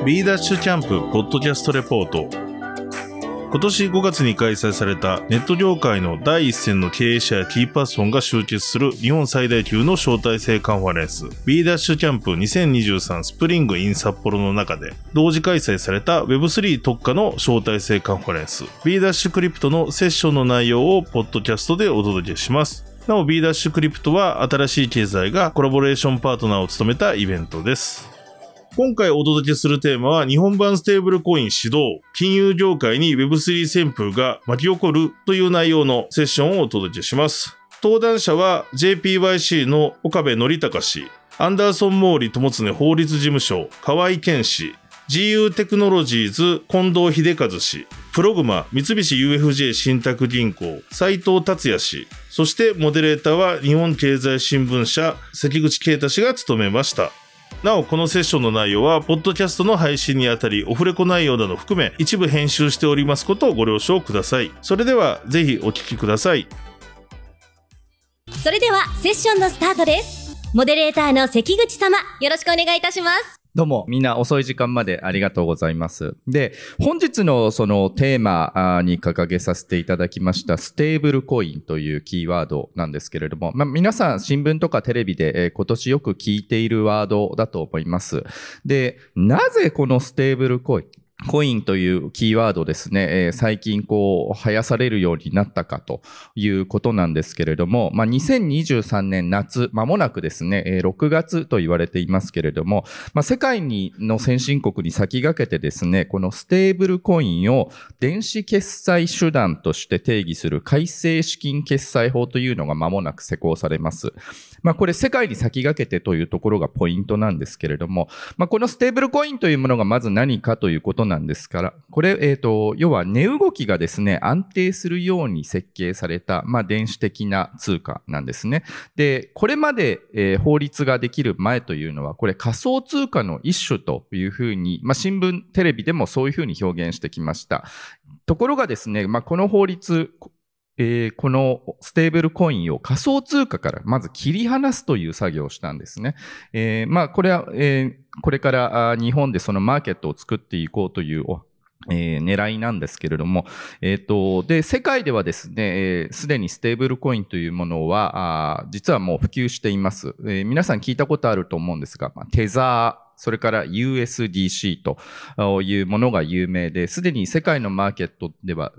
B ダッシュキャンプポッドキャストレポート。今年5月に開催されたネット業界の第一線の経営者やキーパーソンが集結する日本最大級の招待制カンファレンス B ダッシュキャンプ2023スプリング in 札幌の中で同時開催された Web3 特化の招待制カンファレンス B ダッシュクリプトのセッションの内容をポッドキャストでお届けします。なお B ダッシュクリプトは新しい経済がコラボレーションパートナーを務めたイベントです。今回お届けするテーマは日本版ステーブルコイン始動、金融業界に Web3 旋風が巻き起こるという内容のセッションをお届けします。登壇者は JPYC の岡部則孝氏、アンダーソン・モーリ友常法律事務所、河合健氏、GU テクノロジーズ近藤秀和氏、プログマ三菱 UFJ 信託銀行斉藤達也氏、そしてモデレーターは日本経済新聞社関口啓太氏が務めました。なおこのセッションの内容はポッドキャストの配信にあたりオフレコ内容など含め一部編集しておりますことをご了承ください。それではぜひお聞きください。 それではセッションのスタートです。モデレーターの関口様、よろしくお願いいたします。 どうも、みんな遅い時間までありがとうございます。で、本日のそのテーマに掲げさせていただきましたステーブルコインというキーワードなんですけれども、皆さん新聞とかテレビで今年よく聞いているワードだと思います。で、なぜこのステーブルコインというキーワードですね、最近生やされるようになったかということなんですけれども、2023年夏、間もなくですね、6月と言われていますけれども、世界の先進国に先駆けてですね、このステーブルコインを電子決済手段として定義する改正資金決済法というのが間もなく施行されます。これ世界に先駆けてというところがポイントなんですけれども、このステーブルコインというものがまず何かということなんですから、これ、要は値動きがですね、安定するように設計された、電子的な通貨なんですね。で、これまで、法律ができる前というのは、これ仮想通貨の一種というふうに、新聞、テレビでもそういうふうに表現してきました。ところがですね、この法律、このステーブルコインを仮想通貨からまず切り離すという作業をしたんですね。これは、これから日本でそのマーケットを作っていこうという狙いなんですけれども、で、世界ではですね、すでにステーブルコインというものは、実はもう普及しています。皆さん聞いたことあると思うんですが、テザー、それから USDC というものが有名で、すでに世界のマーケットでは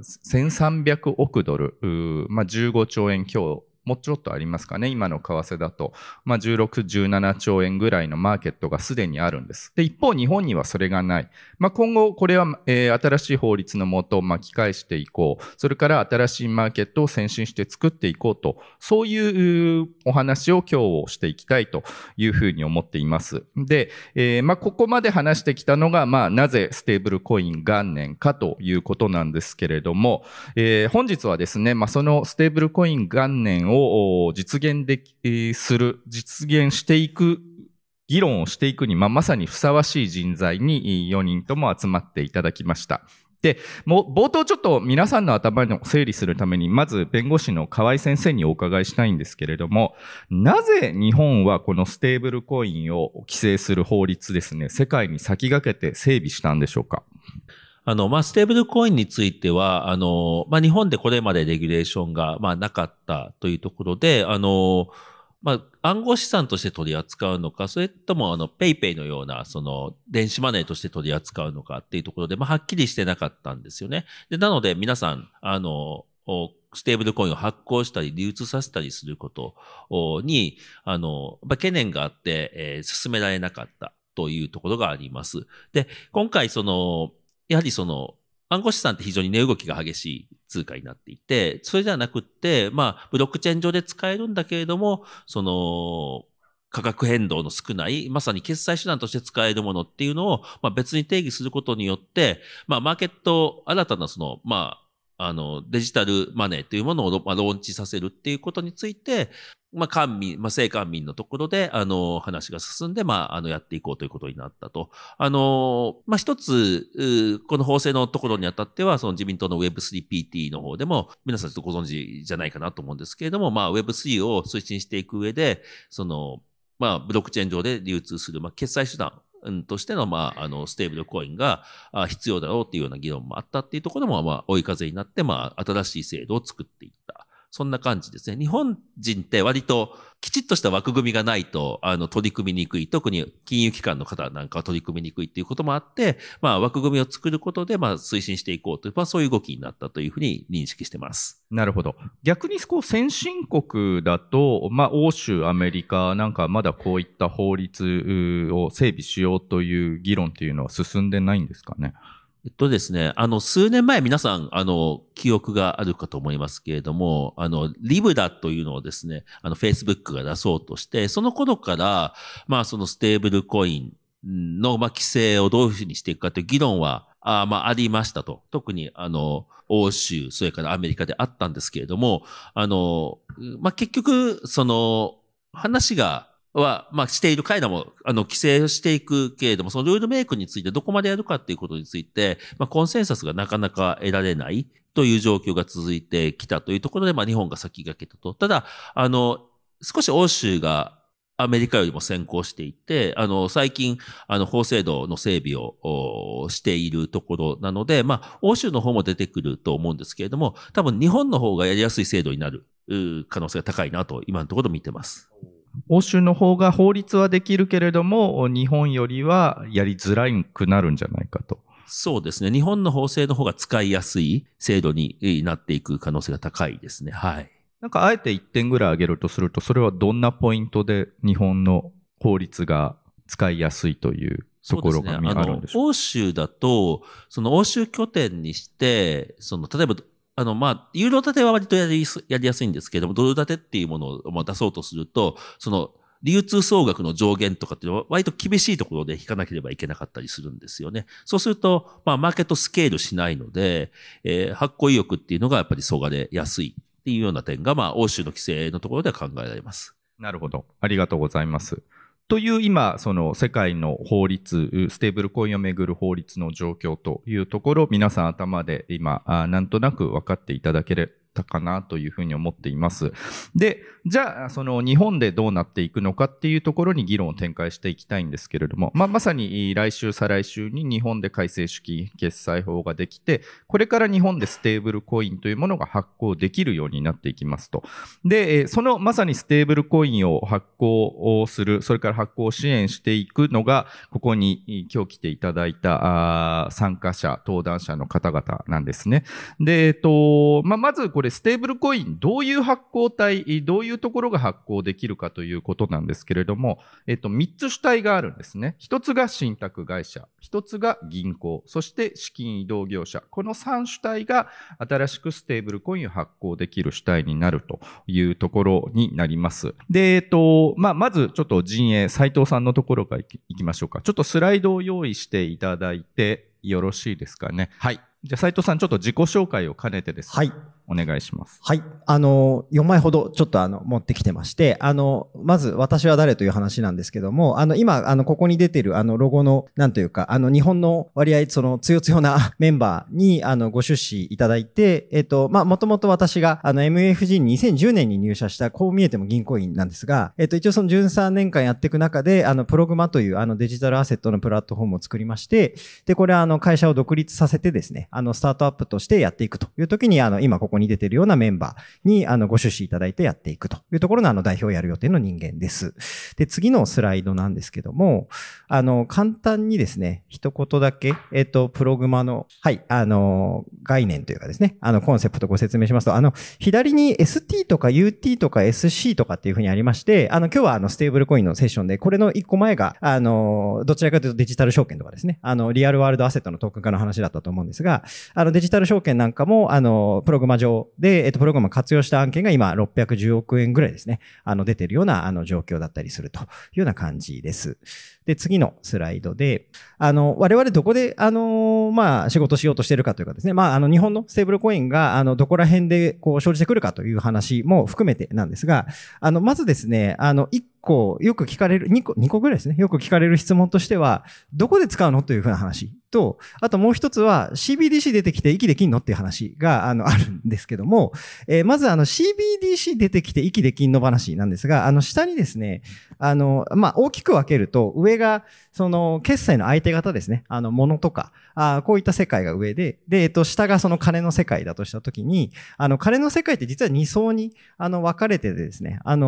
1300億ドル、15兆円強、もうちょっとありますかね。今の為替だと、16、17兆円ぐらいのマーケットがすでにあるんです。で、一方日本にはそれがない。今後これは、新しい法律のもと巻き返していこう。それから新しいマーケットを先進して作っていこうと、そういうお話を今日していきたいというふうに思っています。で、ここまで話してきたのが、なぜステーブルコイン元年かということなんですけれども、本日はですね、そのステーブルコイン元年を実現していく、議論をしていくに、まさにふさわしい人材に4人とも集まっていただきました。で、冒頭ちょっと皆さんの頭の整理するために、まず弁護士の河合先生にお伺いしたいんですけれども、なぜ日本はこのステーブルコインを規制する法律ですね、世界に先駆けて整備したんでしょうか？ ステーブルコインについては、日本でこれまでレギュレーションが、なかったというところで、暗号資産として取り扱うのか、それとも、ペイペイのような、電子マネーとして取り扱うのかっていうところで、はっきりしてなかったんですよね。で、なので、皆さん、ステーブルコインを発行したり、流通させたりすることに、懸念があって、進められなかったというところがあります。で、今回、やはり暗号資産って非常に値動きが激しい通貨になっていて、それではなくって、ブロックチェーン上で使えるんだけれども、価格変動の少ない、まさに決済手段として使えるものっていうのを、別に定義することによって、マーケット、新たなデジタルマネーというものをローンチさせるっていうことについて、正官民のところで、話が進んで、やっていこうということになったと。一つ、この法制のところにあたっては、自民党の Web3PT の方でも、皆さんちょっとご存知じゃないかなと思うんですけれども、Web3 を推進していく上で、ブロックチェーン上で流通する、決済手段、 としての、ステーブルコインが必要だろうっていうような議論もあったっていうところも、追い風になって、新しい制度を作っていった。そんな感じですね。日本人って割ときちっとした枠組みがないと、取り組みにくい。特に金融機関の方なんかは取り組みにくいっていうこともあって、枠組みを作ることで、推進していこうという、そういう動きになったというふうに認識してます。 なるほど。逆に先進国だと、欧州、アメリカなんかまだこういった法律を整備しようという議論っていうのは進んでないんですかね。 ですね、数年前皆さん、記憶があるかと思いますけれども、リブラというのをですね、Facebook が出そうとして、その頃から、そのステーブルコインの、規制をどういうふうにしていくかという議論は、ありましたと。特に、欧州、それからアメリカであったんですけれども、結局、話している彼らも、規制していくけれども、そのルールメイクについてどこまでやるかっていうことについて、コンセンサスがなかなか得られないという状況が続いてきたというところで、日本が先駆けたと。ただ、少し欧州がアメリカよりも先行していて、最近、法制度の整備をしているところなので、欧州の方も出てくると思うんですけれども、多分日本の方がやりやすい制度になる可能性が高いなと、今のところ見てます。 欧州の方が法律はできるけれども、日本よりはやりづらくなるんじゃないかと。 そうですね。日本の法制の方が使いやすい制度になっていく可能性が高いですね。はい。 なんかあえて1点ぐらい挙げるとすると、それはどんなポイントで日本の法律が使いやすいというところがあるんでしょうか。 欧州だと、その欧州拠点にして、例えば、ユーロ建ては割とやりやすいんですけれども、ドル建てっていうものを出そうとすると、流通総額の上限とかっていうのは割と厳しいところで引かなければいけなかったりするんですよね。そうすると、マーケットスケールしないので、発行意欲っていうのがやっぱりそがれやすいっていうような点が、欧州の規制のところでは考えられます。 なるほど。ありがとうございます。という今、世界の法律、ステーブルコインをめぐる法律の状況というところ、皆さん頭で今、なんとなく分かっていただけたかなというふうに思っています。で、じゃあ、日本でどうなっていくのかっていうところに議論を展開していきたいんですけれども、まさに来週、再来週に日本で改正主義決済法ができて、これから日本でステーブルコインというものが発行できるようになっていきますと。で、まさにステーブルコインを発行する、それから発行を支援していくのが、ここに今日来ていただいた参加者、登壇者の方々なんですね。で、まずこれステーブルコイン、どういう発行体、どういうところが発行できるかということなんですけれども、3つ主体があるんですね。1つが信託会社、1つが銀行、そして資金移動業者。この3主体が新しくステーブルコインを発行できる主体になるというところになります。で、まずちょっと陣営、斉藤さんのところからいきましょうか。ちょっとスライドを用意していただいてよろしいですかね。 はい。 じゃあ斉藤さん、ちょっと自己紹介を兼ねてですね。 はい。 お願いします。 はい。4枚ほどちょっと持ってきてまして、まず私は誰という話なんですけども、今、ここに出てるロゴの、なんというか、日本の割合、強なメンバーに、ご出資いただいて、もともと私が、MUFG に2010年に入社した、こう見えても銀行員なんですが、一応その13年間やっていく中で、プログマというデジタルアセットのプラットフォームを作りまして、で、これ会社を独立させてですね、スタートアップとしてやっていくという時に、今ここに出ているようなメンバーに、ご出資いただいてやっていくというところの代表をやる予定の人間です。で、次のスライドなんですけども、簡単にですね、一言だけ、プログマの、はい、概念というかですね、コンセプトをご説明しますと、左に ST とか UT とか SC とかっていうふうにありまして、今日はステーブルコインのセッションで、これの一個前が、どちらかというとデジタル証券とかですね、リアルワールドアセットのトークン化の話だったと思うんですが、デジタル証券なんかも、プログマ上で、プログマを活用した案件が今610億円ぐらいですね、出てるような、状況だったりするというような感じです。で、次のスライドで、我々どこで、仕事しようとしているかというかですね、日本のステーブルコインが、どこら辺で、生じてくるかという話も含めてなんですが、まずですね、1個よく聞かれる、2個ぐらいですね、よく聞かれる質問としては、どこで使うのというふうな話と、あともう一つは CBDC 出てきて息できんのっていう話が、あるんですけども、まずCBDC 出てきて息できんの話なんですが、下にですね、大きく分けると、上上が、その、決済の相手方ですね。物とか、こういった世界が上で、下がその金の世界だとしたときに、金の世界って実は2層に、分かれててですね、我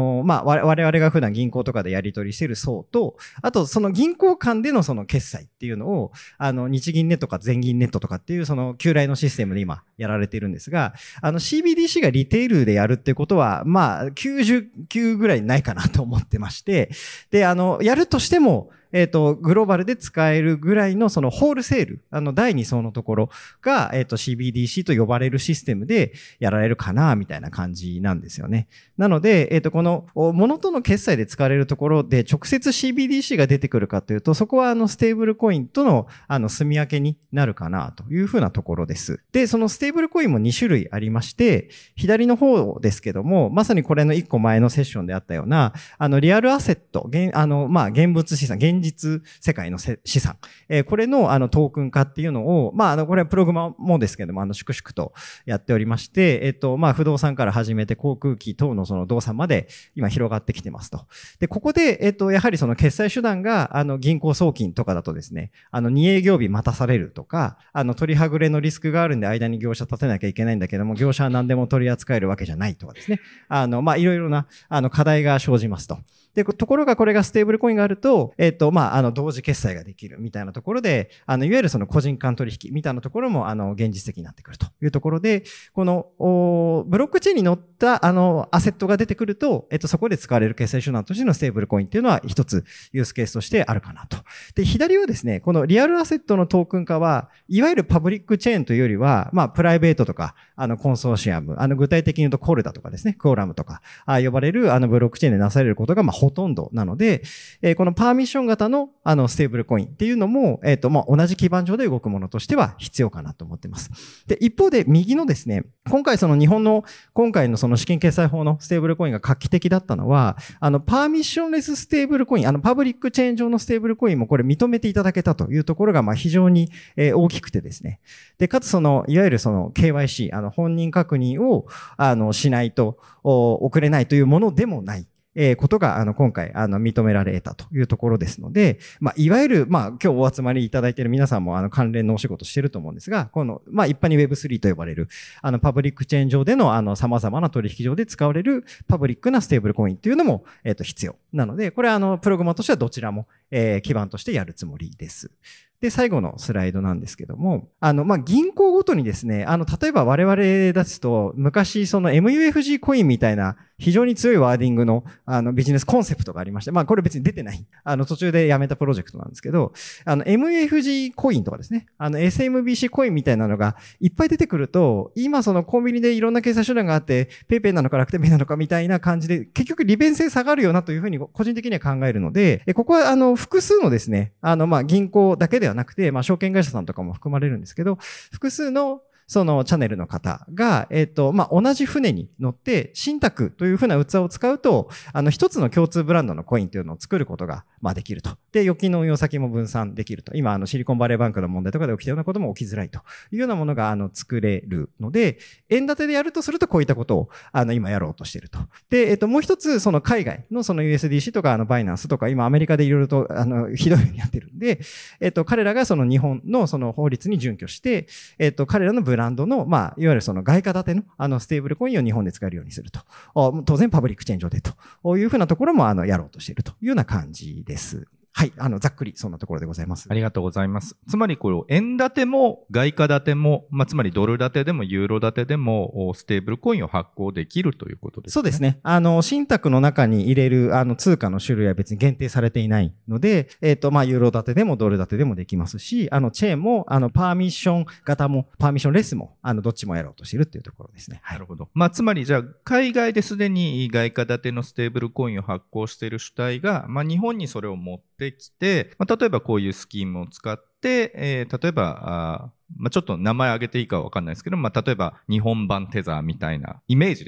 々が普段銀行とかでやり取りしている層と、あと、その銀行間でのその決済っていうのを、日銀ネットか全銀ネットとかっていう、その旧来のシステムで今、やられているんですが、CBDC がリテールでやるってことは、99ぐらいないかなと思ってまして、で、やるとしても、グローバルで使えるぐらいのそのホールセール、第2層のところが、CBDC と呼ばれるシステムでやられるかな、みたいな感じなんですよね。なので、この、物との決済で使われるところで直接 CBDC が出てくるかというと、そこはステーブルコインとの、住み分けになるかな、というふうなところです。で、そのステーブルコインも2種類ありまして、左の方ですけども、まさにこれの1個前のセッションであったような、リアルアセット、現物資産、現実世界の資産、これのトークン化っていうのを、これはプログラもですけども、粛々とやっておりまして、不動産から始めて航空機等のその動産まで今広がってきてますと。で、ここで、やはりその決済手段が、銀行送金とかだとですね、2営業日待たされるとか、取りはぐれのリスクがあるんで間に業者立てなきゃいけないんだけども、業者は何でも取り扱えるわけじゃないとかですね、いろいろな、課題が生じますと。で、ところがこれがステーブルコインがあると、同時決済ができるみたいなところで、いわゆるその個人間取引みたいなところも、現実的になってくるというところで、この、ブロックチェーンに乗った、アセットが出てくると、そこで使われる決済手段としてのステーブルコインっていうのは一つユースケースとしてあるかなと。で、左はですね、このリアルアセットのトークン化は、いわゆるパブリックチェーンというよりは、プライベートとか、コンソーシアム、具体的に言うとコルダとかですね、クオラムとか、呼ばれる、ブロックチェーンでなされることが、ほとんどなので、このパーミッション型の、ステーブルコインっていうのも、同じ基盤上で動くものとしては必要かなと思っています。で、一方で、右のですね、今回その日本の、今回のその資金決済法のステーブルコインが画期的だったのは、パーミッションレスステーブルコイン、パブリックチェーン上のステーブルコインもこれ認めていただけたというところが、非常に大きくてですね。で、かつその、いわゆるその KYC、本人確認を、しないと、送れないというものでもない。ことが、今回、認められたというところですので、いわゆる、今日お集まりいただいている皆さんも、関連のお仕事していると思うんですが、この、一般に Web3 と呼ばれる、パブリックチェーン上での、様々な取引上で使われるパブリックなステーブルコインというのも、必要。なので、これは、プログラマーとしてはどちらも、基盤としてやるつもりです。で、最後のスライドなんですけども、銀行ごとにですね、例えば我々ですと、昔その MUFG コインみたいな非常に強いワーディングの、ビジネスコンセプトがありまして、これ別に出てない。途中でやめたプロジェクトなんですけど、MUFG コインとかですね、SMBC コインみたいなのがいっぱい出てくると、今そのコンビニでいろんな決済手段があって、ペイペイなのか楽天ペイなのかみたいな感じで、結局利便性下がるよなというふうに個人的には考えるので、ここは複数のですね、銀行だけではなくて、証券会社さんとかも含まれるんですけど、複数のそのチャンネルの方が、同じ船に乗って、信託というふうな器を使うと、一つの共通ブランドのコインというのを作ることが、できると。で、預金の運用先も分散できると。今、シリコンバレーバンクの問題とかで起きたようなことも起きづらいというようなものが、作れるので、円建てでやるとすると、こういったことを、今やろうとしていると。で、もう一つ、その海外のその USDC とか、バイナンスとか、今アメリカでいろいろと、ひどいようにやってるんで、彼らがその日本のその法律に準拠して、彼らのブランドの、いわゆるその外貨建ての、ステーブルコインを日本で使えるようにすると。当然、パブリックチェーン上でというふうなところも、やろうとしているというような感じです。はい。ざっくりそんなところでございます。 ありがとうございます。つまりこれ、円建ても外貨建ても、つまりドル建てでもユーロ建てでも、ステーブルコインを発行できるということですね。 そうですね。信託の中に入れる、通貨の種類は別に限定されていないので、ユーロ建てでもドル建てでもできますし、チェーンも、パーミッション型も、パーミッションレスも、どっちもやろうとしているというところですね。はい。 なるほど。つまりじゃあ、海外ですでに外貨建てのステーブルコインを発行している主体が、日本にそれを持ってきて、例えばこういうスキームを使って、例えば、ちょっと名前挙げていいかわかんないですけど、例えば日本版テザーみたいなイメージですよ。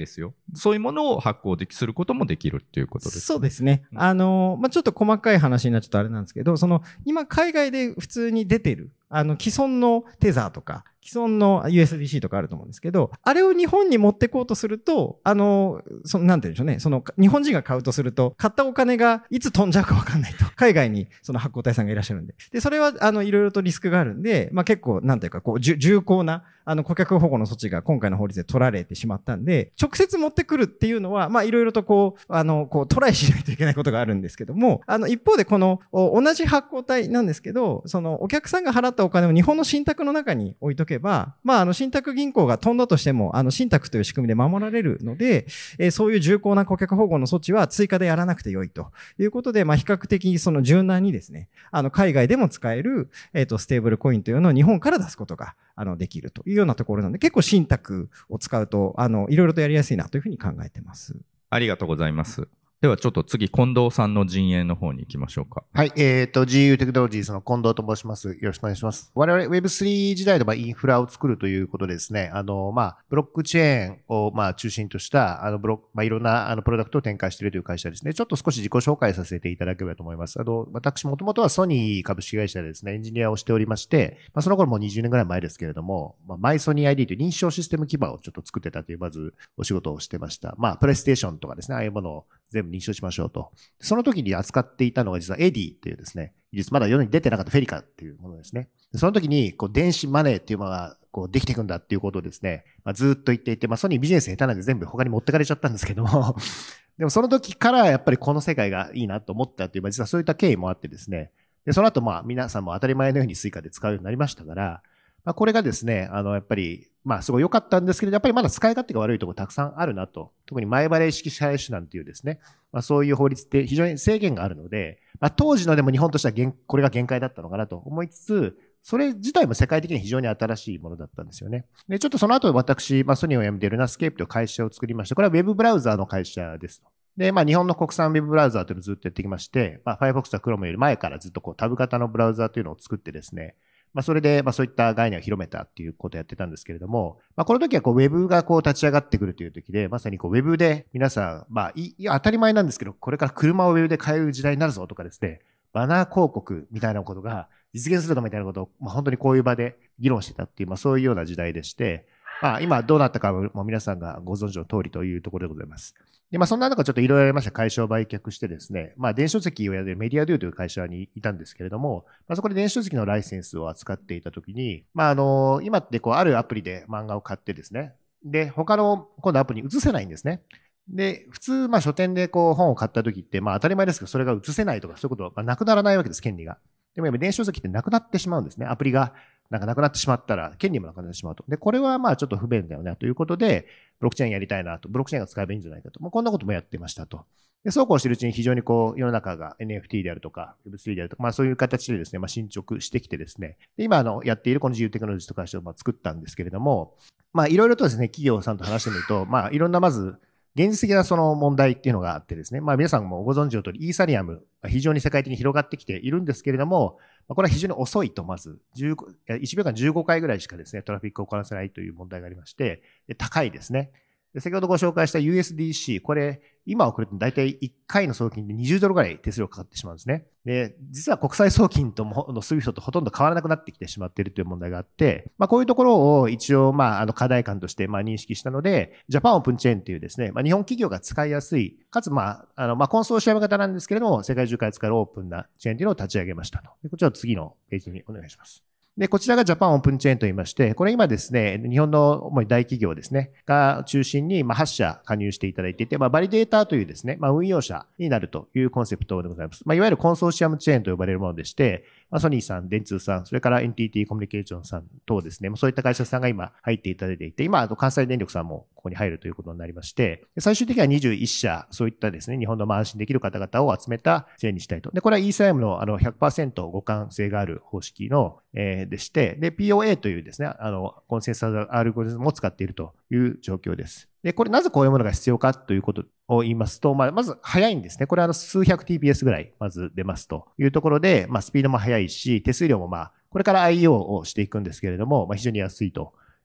そういうものを発行することもできるっていうことですね。 そうですね。ちょっと細かい話になっちゃうとあれなんですけど、今海外で普通に出てる、既存のテザーとか、既存の USDC とかあると思うんですけど、あれを日本に持ってこうとすると、なんて言うんでしょうね。日本人が買うとすると、買ったお金がいつ飛んじゃうかわかんないと。海外に発行体さんがいらっしゃるんで。で、それは、いろいろとリスクがあるんで、結構、なんていうか、重厚な、顧客保護の措置が今回の法律で取られてしまったんで、直接持ってくるっていうのは、いろいろとトライしないといけないことがあるんですけども、一方で同じ発行体なんですけど、お客さんが払ったお金を日本の信託の中に置いとけば、信託銀行が飛んだとしても、信託という仕組みで守られるので、そういう重厚な顧客保護の措置は追加でやらなくてよいということで、比較的柔軟にですね、海外でも使える、ステーブルコインというのを日本から出すことが、できるというようなところなので、結構信託を使うと、いろいろとやりやすいなというふうに考えてます。 ありがとうございます。ではちょっと次、近藤さんの陣営の方に行きましょうか。 はい、GU テクノロジーズの近藤と申します。よろしくお願いします。我々 Web3 時代のインフラを作るということでですね、ブロックチェーンを中心としたいろんなプロダクトを展開しているという会社ですね。ちょっと少し自己紹介させていただければと思います。私もともとはソニー株式会社でですね、エンジニアをしておりまして、その頃もう20年ぐらい前ですけれども、マイソニー ID という認証システム基盤をちょっと作ってたというまずお仕事をしてました。プレイステーションとかですね、ああいうものを全部認証しましょうと。その時に扱っていたのが実はエディっていうですね、まだ世に出てなかったフェリカっていうものですね。その時に電子マネーっていうものができていくんだっていうことをですね、ずっと言っていて、ソニービジネス下手なんで全部他に持ってかれちゃったんですけども、でもその時からやっぱりこの世界がいいなと思ったっていう、実はそういった経緯もあってですね、で、その後皆さんも当たり前のようにスイカで使うようになりましたから、これがですね、やっぱり、すごい良かったんですけど、やっぱりまだ使い勝手が悪いところたくさんあるなと。特に前払い式支払い手段っていうですね、そういう法律って非常に制限があるので、当時のでも日本としてはこれが限界だったのかなと思いつつ、それ自体も世界的に非常に新しいものだったんですよね。で、ちょっとその後私、ソニーを辞めてルナスケープという会社を作りました。これは Web ブラウザーの会社ですと。で、日本の国産 Web ブラウザーというのをずっとやってきまして、Firefox と Chrome より前からずっとタブ型のブラウザーというのを作ってですね、それで、そういった概念を広めたっていうことをやってたんですけれども、この時はWeb が立ち上がってくるという時で、まさにWeb で皆さん、当たり前なんですけど、これから車を Web で買える時代になるぞとかですね、バナー広告みたいなことが実現するのみたいなことを、本当にこういう場で議論してたっていう、そういうような時代でして、今どうなったかも皆さんがご存知の通りというところでございます。で、そんな中ちょっといろいろありました会社を売却してですね、電子書籍をやるメディアドゥという会社にいたんですけれども、そこで電子書籍のライセンスを扱っていたときに、今ってあるアプリで漫画を買ってですね、で、他の今度アプリに移せないんですね。で、普通、書店で本を買ったときって、当たり前ですけど、それが移せないとかそういうことはなくならないわけです、権利が。でも今電子書籍ってなくなってしまうんですね。アプリがなくなってしまったら、権利もなくなってしまうと。で、これはちょっと不便だよね、ということで、ブロックチェーンやりたいなと、ブロックチェーンが使えばいいんじゃないかと。こんなこともやってましたと。で、そうこうしているうちに非常に世の中が NFT であるとか、Web3 であるとか、そういう形でですね、進捗してきてですね、で今やっているこのGUテクノロジーという会社を作ったんですけれども、いろいろとですね、企業さんと話してみると、いろんなまず、現実的なその問題っていうのがあってですね、皆さんもご存知の通り、イーサリアム、非常に世界的に広がってきているんですけれども、これは非常に遅いと、まず、1秒間15回ぐらいしかですね、トラフィックを行わせないという問題がありまして、高いですね。で先ほどご紹介した USDC、これ、今送ると大体1回の送金で$20ぐらい手数料かかってしまうんですね。で、実は国際送金との SWIFT とほとんど変わらなくなってきてしまっているという問題があって、こういうところを一応、課題感として認識したので、ジャパンオープンチェーンというですね、日本企業が使いやすい、かつコンソーシアム型なんですけれども、世界中から使えるオープンなチェーンというのを立ち上げましたと。でこちらを次のページにお願いします。で、こちらがジャパンオープンチェーンと言いまして、これ今ですね、日本の主に大企業ですね、が中心に8社加入していただいていて、バリデーターというですね、運用者になるというコンセプトでございます。いわゆるコンソーシアムチェーンと呼ばれるものでして、ソニーさん、電通さん、それから NTT コミュニケーションさん等ですね、そういった会社さんが今入っていただいていて、今、関西電力さんもここに入るということになりまして、最終的には21社、そういったですね、日本の安心できる方々を集めたチェーンにしたいと。で、これはイーサリアムの100% 互換性がある方式の、でして、で、POA というですね、コンセンサスアルゴリズムを使っているという状況です。で、これなぜこういうものが必要かということを言いますと、まず早いんですね。これは数百 TPS ぐらいまず出ますというところで、スピードも速いし、手数料もこれから IO をしていくんですけれども、非常に安いと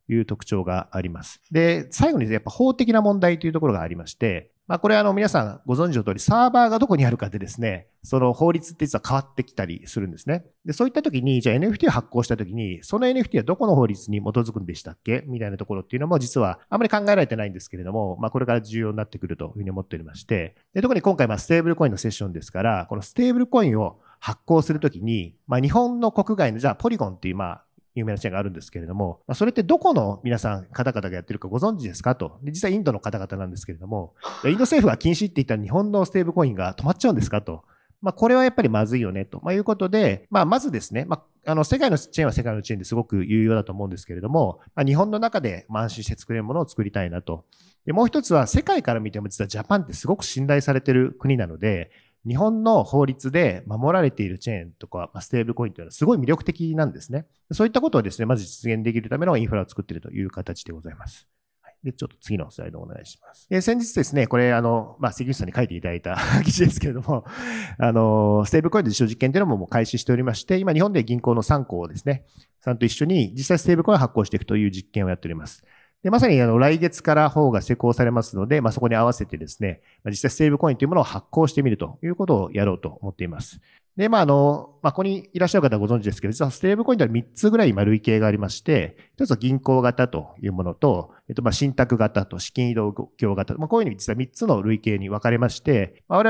いう特徴があります。で、最後にやっぱ法的な問題というところがありまして、これ皆さんご存知の通り、サーバーがどこにあるかでですね、その法律って実は変わってきたりするんですね。で、そういった時に、じゃあ NFT を発行した時に、その NFT はどこの法律に基づくんでしたっけみたいなところっていうのも実はあまり考えられてないんですけれども、これから重要になってくるというふうに思っておりまして、で特に今回ステーブルコインのセッションですから、このステーブルコインを発行するときに、日本の国外の、じゃあポリゴンっていう有名なチェーンがあるんですけれども、それってどこの皆さん方々がやってるかご存知ですかと。で、実際インドの方々なんですけれども、インド政府が禁止って言ったら日本のステーブルコインが止まっちゃうんですかと。これはやっぱりまずいよねと。いうことで、まずですね、世界のチェーンは世界のチェーンですごく有用だと思うんですけれども、日本の中で安心して作れるものを作りたいなと。で、もう一つは世界から見ても実はジャパンってすごく信頼されてる国なので、日本の法律で守られているチェーンとか、ステーブルコインというのはすごい魅力的なんですね。そういったことをですね、まず実現できるためのインフラを作っているという形でございます。で、ちょっと次のスライドをお願いします。先日ですね、これ関口さんに書いていただいた記事ですけれども、ステーブルコインの実証実験というのももう開始しておりまして、今日本で銀行の3行をですね、さんと一緒に実際ステーブルコインを発行していくという実験をやっております。で、まさに来月から法が施行されますので、そこに合わせてですね、実際ステーブルコインというものを発行してみるということをやろうと思っています。で、ここにいらっしゃる方はご存知ですけど、実はステーブルコインでは3つぐらい類型がありまして、一つは銀行型というものと、信託型と資金移動業型、こういうふうに実は3つの類型に分かれまして、我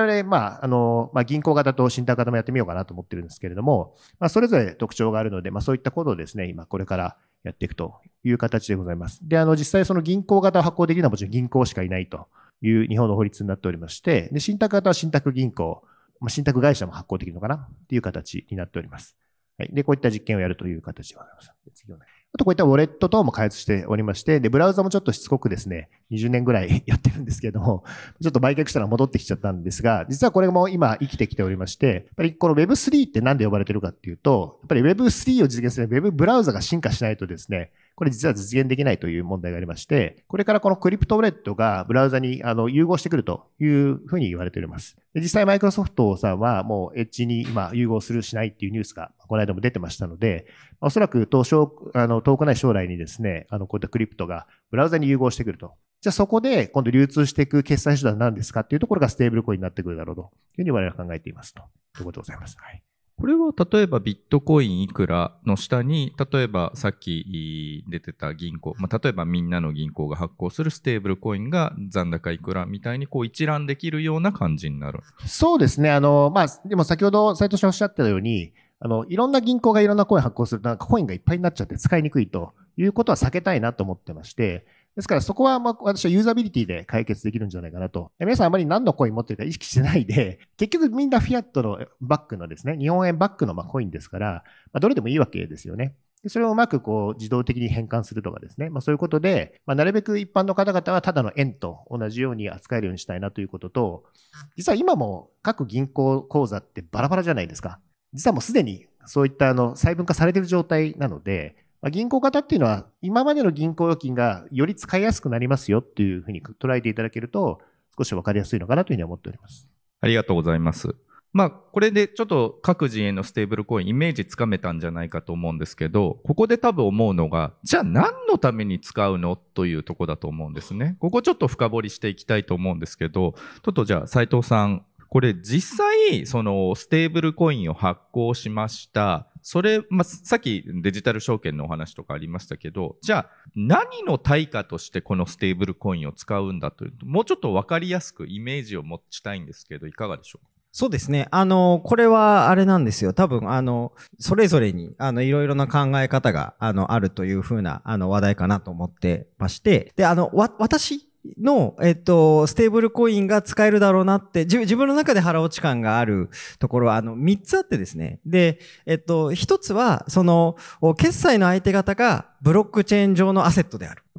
々、銀行型と信託型もやってみようかなと思ってるんですけれども、それぞれ特徴があるので、そういったことをですね、今これからやっていくという形でございます。で、実際その銀行型を発行できるのはもちろん銀行しかいないという日本の法律になっておりまして、で、信託型は信託銀行、信託会社も発行できるのかなっていう形になっております。はい。で、こういった実験をやるという形でございます。次お願い。あとこういったウォレット等も開発しておりまして、で、ブラウザもちょっとしつこくですね、20年ぐらいやってるんですけれども、ちょっと売却したら戻ってきちゃったんですが、実はこれも今生きてきておりまして、やっぱりこの Web3 って何で呼ばれてるかっていうと、やっぱり Web3 を実現する Web ブラウザが進化しないとですね、これ実は実現できないという問題がありまして、これからこのクリプトウォレットがブラウザに融合してくるというふうに言われております。で、実際マイクロソフトさんはもうエッジに今融合するしないっていうニュースがこの間も出てましたので、おそらく遠くない将来にですね、こういったクリプトがブラウザに融合してくると。じゃあそこで今度流通していく決済手段なんですかっていうところがステーブルコインになってくるだろうというふうに我々は考えていますということでございます。はい。 これは例えばビットコインいくらの下に、例えばさっき出てた銀行、例えばみんなの銀行が発行するステーブルコインが残高いくらみたいにこう一覧できるような感じになる。 そうですね。でも先ほど斉藤さんおっしゃったように、いろんな銀行がいろんなコイン発行するとコインがいっぱいになっちゃって使いにくいということは避けたいなと思ってまして、ですからそこは私はユーザビリティで解決できるんじゃないかなと。皆さんあまり何のコイン持ってるか意識してないで、結局みんなフィアットのバックのですね、日本円バックのコインですから、どれでもいいわけですよね。でそれをうまく自動的に変換するとかですね。そういうことで、なるべく一般の方々はただの円と同じように扱えるようにしたいなということと、実は今も各銀行口座ってバラバラじゃないですか。実はもうすでにそういった細分化されている状態なので、銀行型っていうのは今までの銀行預金がより使いやすくなりますよっていうふうに捉えていただけると少しわかりやすいのかなというふうに思っております。 ありがとうございます。これでちょっと各陣営のステーブルコインイメージつかめたんじゃないかと思うんですけど、ここで多分思うのが、じゃあ何のために使うのというところだと思うんですね。ここちょっと深掘りしていきたいと思うんですけど、ちょっとじゃあ斉藤さん、これ実際そのステーブルコインを発行しました。それ、さっきデジタル証券のお話とかありましたけど、じゃあ何の対価としてこのステーブルコインを使うんだという、もうちょっと分かりやすくイメージを持ちたいんですけど、いかがでしょうか？ そうですね。これはあれなんですよ。多分、それぞれに、いろいろな考え方が、あるというふうな、話題かなと思ってまして、で、私の、ステーブルコインが使えるだろうなって、自分の中で腹落ち感があるところは、3つあってですね。で、1つは、決済の相手方がブロックチェーン上のアセットである。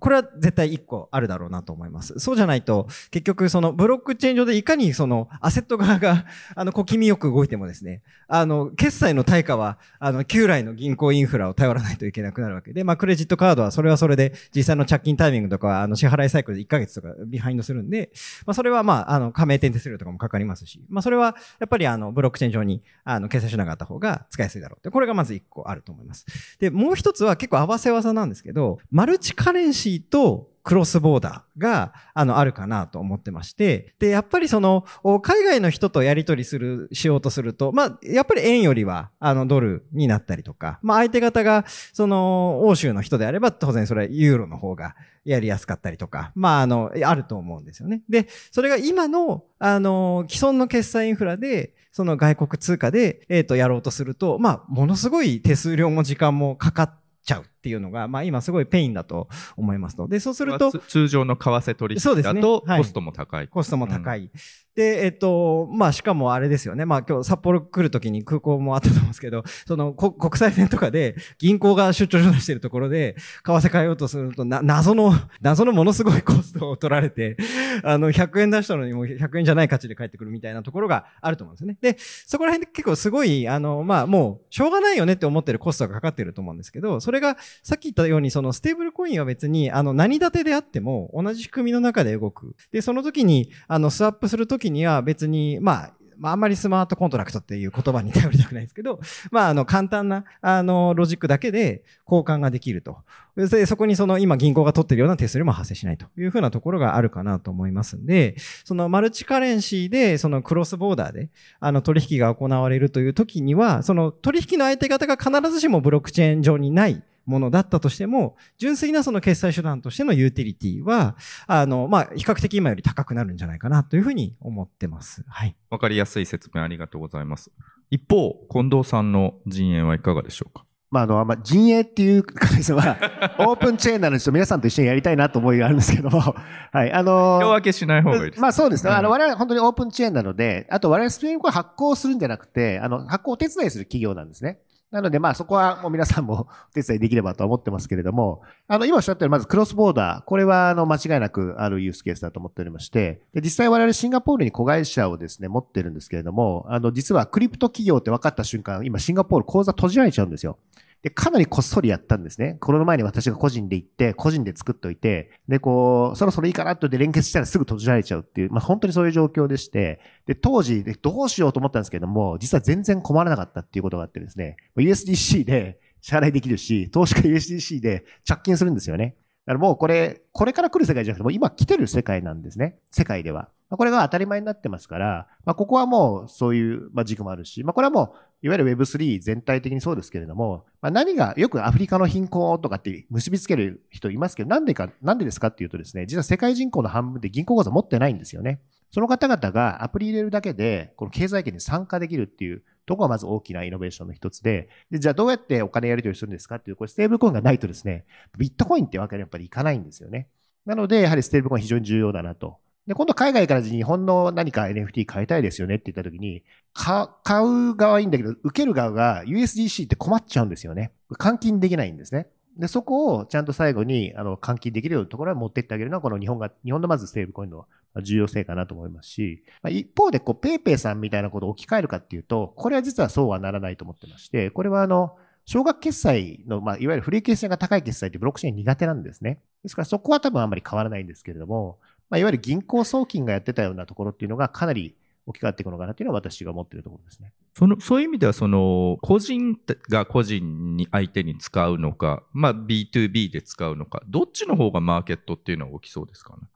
これは絶対1個あるだろうなと思います。そうじゃないと、結局そのブロックチェーン上でいかにそのアセット側が、小気味よく動いてもですね、決済の対価は、旧来の銀行インフラを頼らないといけなくなるわけで、クレジットカードはそれはそれで、実際の着金タイミングとかは、支払いサイクルで1ヶ月とかビハインドするんで、それは加盟店手数料とかもかかりますし、それはやっぱりブロックチェーン上に、決済手段があった方が使いやすいだろうって、これがまず1個あると思います。で、もう一つは結構合わせ技なんですけど、マルチカレンシーとクロスボーダーが、あるかなと思ってまして、で、やっぱりその、海外の人とやり取りしようとすると、やっぱり円よりは、ドルになったりとか、相手方が、その、欧州の人であれば、当然それはユーロの方がやりやすかったりとか、あると思うんですよね。で、それが今の、既存の決済インフラで、その外国通貨で、やろうとすると、ものすごい手数料も時間もかかちゃうっていうのが、今すごいペインだと思いますので、そうすると、 通常の為替取引だとコストも高い。 コストも高い。で、しかもあれですよね。今日札幌来るときに空港もあったと思うんですけど、その国際線とかで銀行が出張所出してるところで、為替変えようとすると、謎のものすごいコストを取られて、100円出したのにもう100円じゃない価値で返ってくるみたいなところがあると思うんですよね。で、そこら辺で結構すごい、もう、しょうがないよねって思ってるコストがかかってると思うんですけど、それが、さっき言ったように、そのステーブルコインは別に、何立てであっても、同じ仕組みの中で動く。で、その時に、スワップする時には別に、あんまりスマートコントラクトっていう言葉に頼りたくないですけど、簡単な、ロジックだけで交換ができると。で、そこにその今銀行が取ってるような手数料も発生しないというふうなところがあるかなと思いますんで、そのマルチカレンシーで、そのクロスボーダーで、取引が行われるという時には、その取引の相手方が必ずしもブロックチェーン上にないものだったとしても、純粋なその決済手段としてのユーティリティは、比較的今より高くなるんじゃないかなというふうに思ってます。はい。 わかりやすい説明ありがとうございます。一方、近藤さんの陣営はいかがでしょうか。 陣営っていうかですね、オープンチェーンなので、皆さんと一緒にやりたいなと思いがあるんですけども、はい、 手分けしない方がいいです。 そうですね。我々は本当にオープンチェーンなので、あと我々スペイン語を発行するんじゃなくて、発行をお手伝いする企業なんですね。なので、そこはもう皆さんもお手伝いできればと思ってますけれども、今おっしゃったように、まずクロスボーダー、これは間違いなくあるユースケースだと思っておりまして、で実際我々シンガポールに子会社をですね、持ってるんですけれども、実はクリプト企業って分かった瞬間、今シンガポール口座閉じられちゃうんですよ。で、かなりこっそりやったんですね。コロナ前に私が個人で行って、個人で作っておいて、で、そろそろいいかなって言って連結したらすぐ閉じられちゃうっていう、本当にそういう状況でして、で、当時、どうしようと思ったんですけども、実は全然困らなかったっていうことがあってですね、USDC で支払いできるし、投資家 USDC で着金するんですよね。だからもうこれから来る世界じゃなくて、もう今来てる世界なんですね。世界では。これが当たり前になってますから、ここはもうそういう、軸もあるし、これはもう、いわゆる Web3 全体的にそうですけれども、何がよくアフリカの貧困とかって結びつける人いますけど、なんでですかっていうとですね、実は世界人口の半分で銀行口座持ってないんですよね。その方々がアプリ入れるだけで、この経済圏に参加できるっていうところがまず大きなイノベーションの一つで、じゃあどうやってお金やり取りするんですかっていう、これステーブルコインがないとですね、ビットコインってわけにやっぱりいかないんですよね。なので、やはりステーブルコイン非常に重要だなと。で、今度海外から日本の何か NFT 買いたいですよねって言ったときに、買う側はいいんだけど、受ける側が USDC って困っちゃうんですよね。換金できないんですね。で、そこをちゃんと最後に換金できるようなところに持ってってあげるのは、この日本のまずステーブルコインの重要性かなと思いますし、一方でペイペイさんみたいなことを置き換えるかっていうと、これは実はそうはならないと思ってまして、これは少額決済の、いわゆるフリー決済が高い決済ってブロックチェーン苦手なんですね。ですからそこは多分あんまり変わらないんですけれども、いわゆる銀行送金がやってたようなところっていうのがかなり置き換わっていくのかなというのは私が思っているところですね。 そういう意味では、個人が個人に相手に使うのか、B2B で使うのか、どっちの方がマーケットっていうのは大きそうですかね。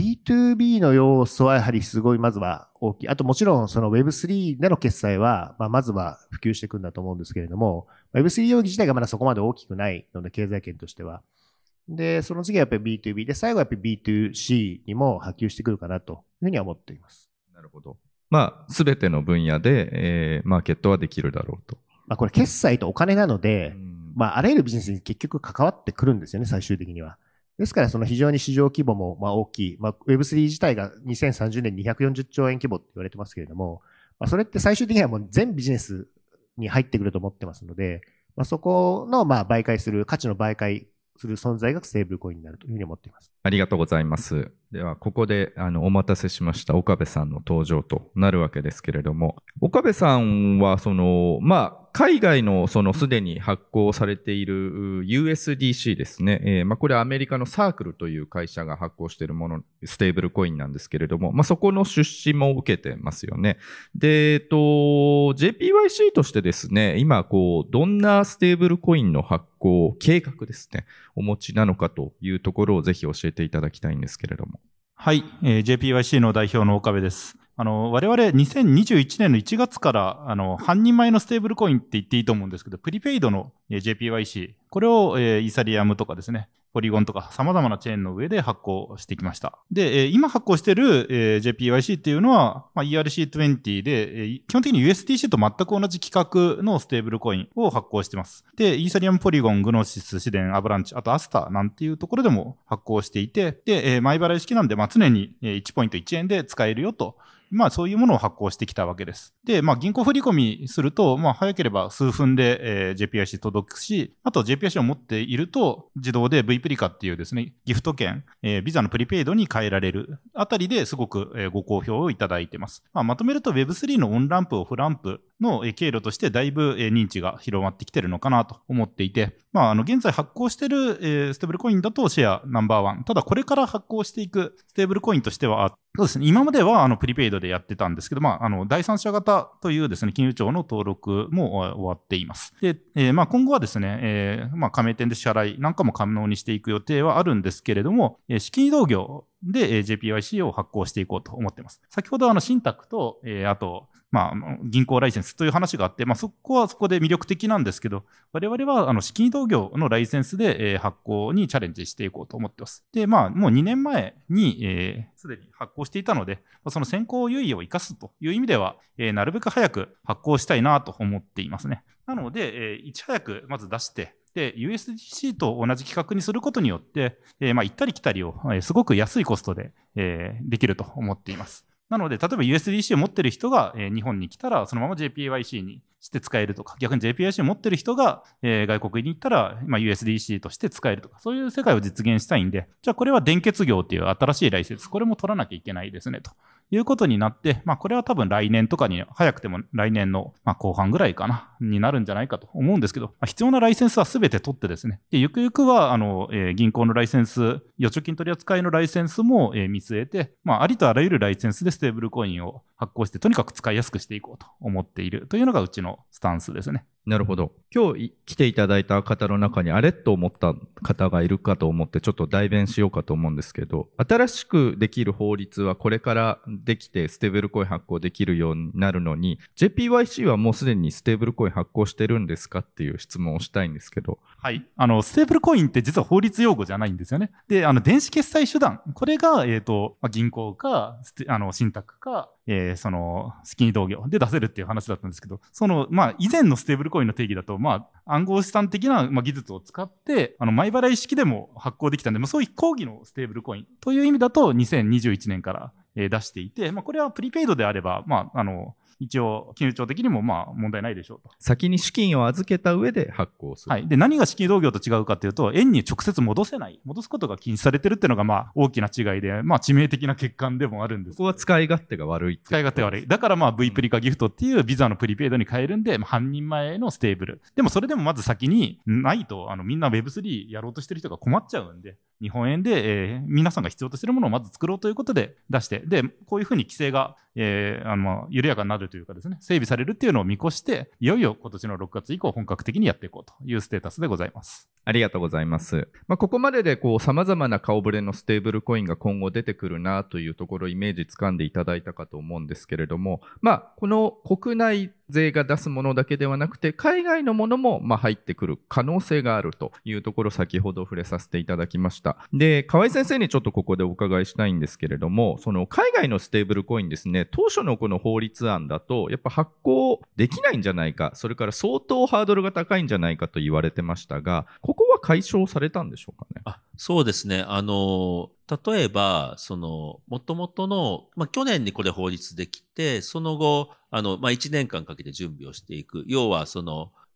B2B の要素はやはりすごいまずは大きい。あともちろんその Web3 での決済は、まずは普及していくんだと思うんですけれども、Web3 容疑自体がまだそこまで大きくないので、経済圏としては。で、その次はやっぱり B2B で、最後はやっぱり B2C にも波及してくるかなというふうには思っています。 なるほど。すべての分野で、マーケットはできるだろうと。 これ決済とお金なので、あらゆるビジネスに結局関わってくるんですよね、最終的には。ですから、その非常に市場規模も大きい。Web3 自体が2030年に240兆円規模って言われてますけれども、それって最終的にはもう全ビジネスに入ってくると思ってますので、そこの媒介する価値の媒介する存在がステーブルコインになるというふうに思っています。 ありがとうございます。では、ここで、お待たせしました岡部さんの登場となるわけですけれども、岡部さんは、海外のすでに発行されている USDC ですね。これはアメリカのサークルという会社が発行しているもの、ステーブルコインなんですけれども、そこの出資も受けてますよね。で、JPYC としてですね、今、どんなステーブルコインの発行計画ですね、お持ちなのかというところをぜひ教えていただきたいんですけれども。 はい、JPYC の代表の岡部です。我々2021年の1月から半人前のステーブルコインって言っていいと思うんですけど、プリペイドの JPYC、これをイーサリアムとかですね、ポリゴンとか様々なチェーンの上で発行してきました。で、今発行している JPYC っていうのは、ERC20 で、基本的に USDC と全く同じ規格のステーブルコインを発行しています。で、イーサリアム、ポリゴン、グノシス、シデン、アバランチ、あとアスターなんていうところでも発行していて、で、前払い式なんで、常に1ポイント1円で使えるよと。そういうものを発行してきたわけです。で、銀行振り込みすると、早ければ数分で、JPYC 届くし、あと JPYC を持っていると、自動で V プリカっていうですね、ギフト券、ビザのプリペイドに変えられるあたりですごく、ご好評をいただいています。まとめると Web3 のオンランプ、オフランプの経路としてだいぶ認知が広まってきてるのかなと思っていて、現在発行しているステーブルコインだとシェアナンバーワン。ただこれから発行していくステーブルコインとしては、そうですね。今まではプリペイドでやってたんですけど、第三者型というですね、金融庁の登録も終わっています。で、今後はですね、加盟店で支払いなんかも可能にしていく予定はあるんですけれども、資金移動業で JPYC を発行していこうと思っています。先ほど信託と、あと、銀行ライセンスという話があって、そこはそこで魅力的なんですけど、我々は資金移動業のライセンスで発行にチャレンジしていこうと思っています。で、もう2年前にすでに発行していたので、その先行優位を生かすという意味では、なるべく早く発行したいなと思っていますね。なので、いち早くまず出して、で、USDC と同じ規格にすることによって、行ったり来たりを、すごく安いコストで、できると思っています。なので、例えば USDC を持っている人が、日本に来たら、そのまま JPYC にして使えるとか、逆に JPYC を持っている人が、外国に行ったら、USDC として使えるとか、そういう世界を実現したいんで、じゃあこれは電結業っていう新しいライセンス、これも取らなきゃいけないですね、ということになって、これは多分来年とかに、早くても来年の、後半ぐらいかな、になるんじゃないかと思うんですけど、必要なライセンスは全て取ってですね、でゆくゆくは、銀行のライセンス、預貯金取扱いのライセンスも、見据えて、ありとあらゆるライセンスでステーブルコインを発行して、とにかく使いやすくしていこうと思っているというのがうちのスタンスですね。 なるほど。今日来ていただいた方の中にあれと思った方がいるかと思ってちょっと代弁しようかと思うんですけど、新しくできる法律はこれからできてステーブルコイン発行できるようになるのに、JPYC はもうすでにステーブルコイン発行してるんですかっていう質問をしたいんですけど。 はい。ステーブルコインって実は法律用語じゃないんですよね。で、電子決済手段。これが、銀行か、信託か、資金移動業で出せるっていう話だったんですけど、以前のステーブルコインの定義だと、暗号資産的な、技術を使って、前払い式でも発行できたんで、そういう講義のステーブルコインという意味だと、2021年から、出していて、これはプリペイドであれば、一応、金融庁的にも問題ないでしょうと。 先に資金を預けた上で発行する。 はい。で、何が資金移動業と違うかというと、円に直接戻すことが禁止されてるっていうのが、大きな違いで、致命的な欠陥でもあるんです。 ここは使い勝手が悪い。 使い勝手が悪い。だから、V プリカギフトっていうビザのプリペイドに変えるんで、半人前のステーブル。でも、それでもまず先にないと、みんな Web3 やろうとしてる人が困っちゃうんで、日本円で、皆さんが必要としているものをまず作ろうということで出して、で、こういうふうに規制が、緩やかになるというかですね、整備されるっていうのを見越して、いよいよ今年の6月以降本格的にやっていこうというステータスでございます。 ありがとうございます。ここまでで様々な顔ぶれのステーブルコインが今後出てくるなというところをイメージつかんでいただいたかと思うんですけれども、この国内税が出すものだけではなくて、海外のものも入ってくる可能性があるというところ、先ほど触れさせていただきました。で、河合先生にちょっとここでお伺いしたいんですけれども、その海外のステーブルコインですね、当初のこの法律案だと、やっぱ発行できないんじゃないか、それから相当ハードルが高いんじゃないかと言われてましたが、ここは解消されたんでしょうかね。 そうですね。例えば、元々の、去年にこれ法律できて、その後、1年間かけて準備をしていく。要は、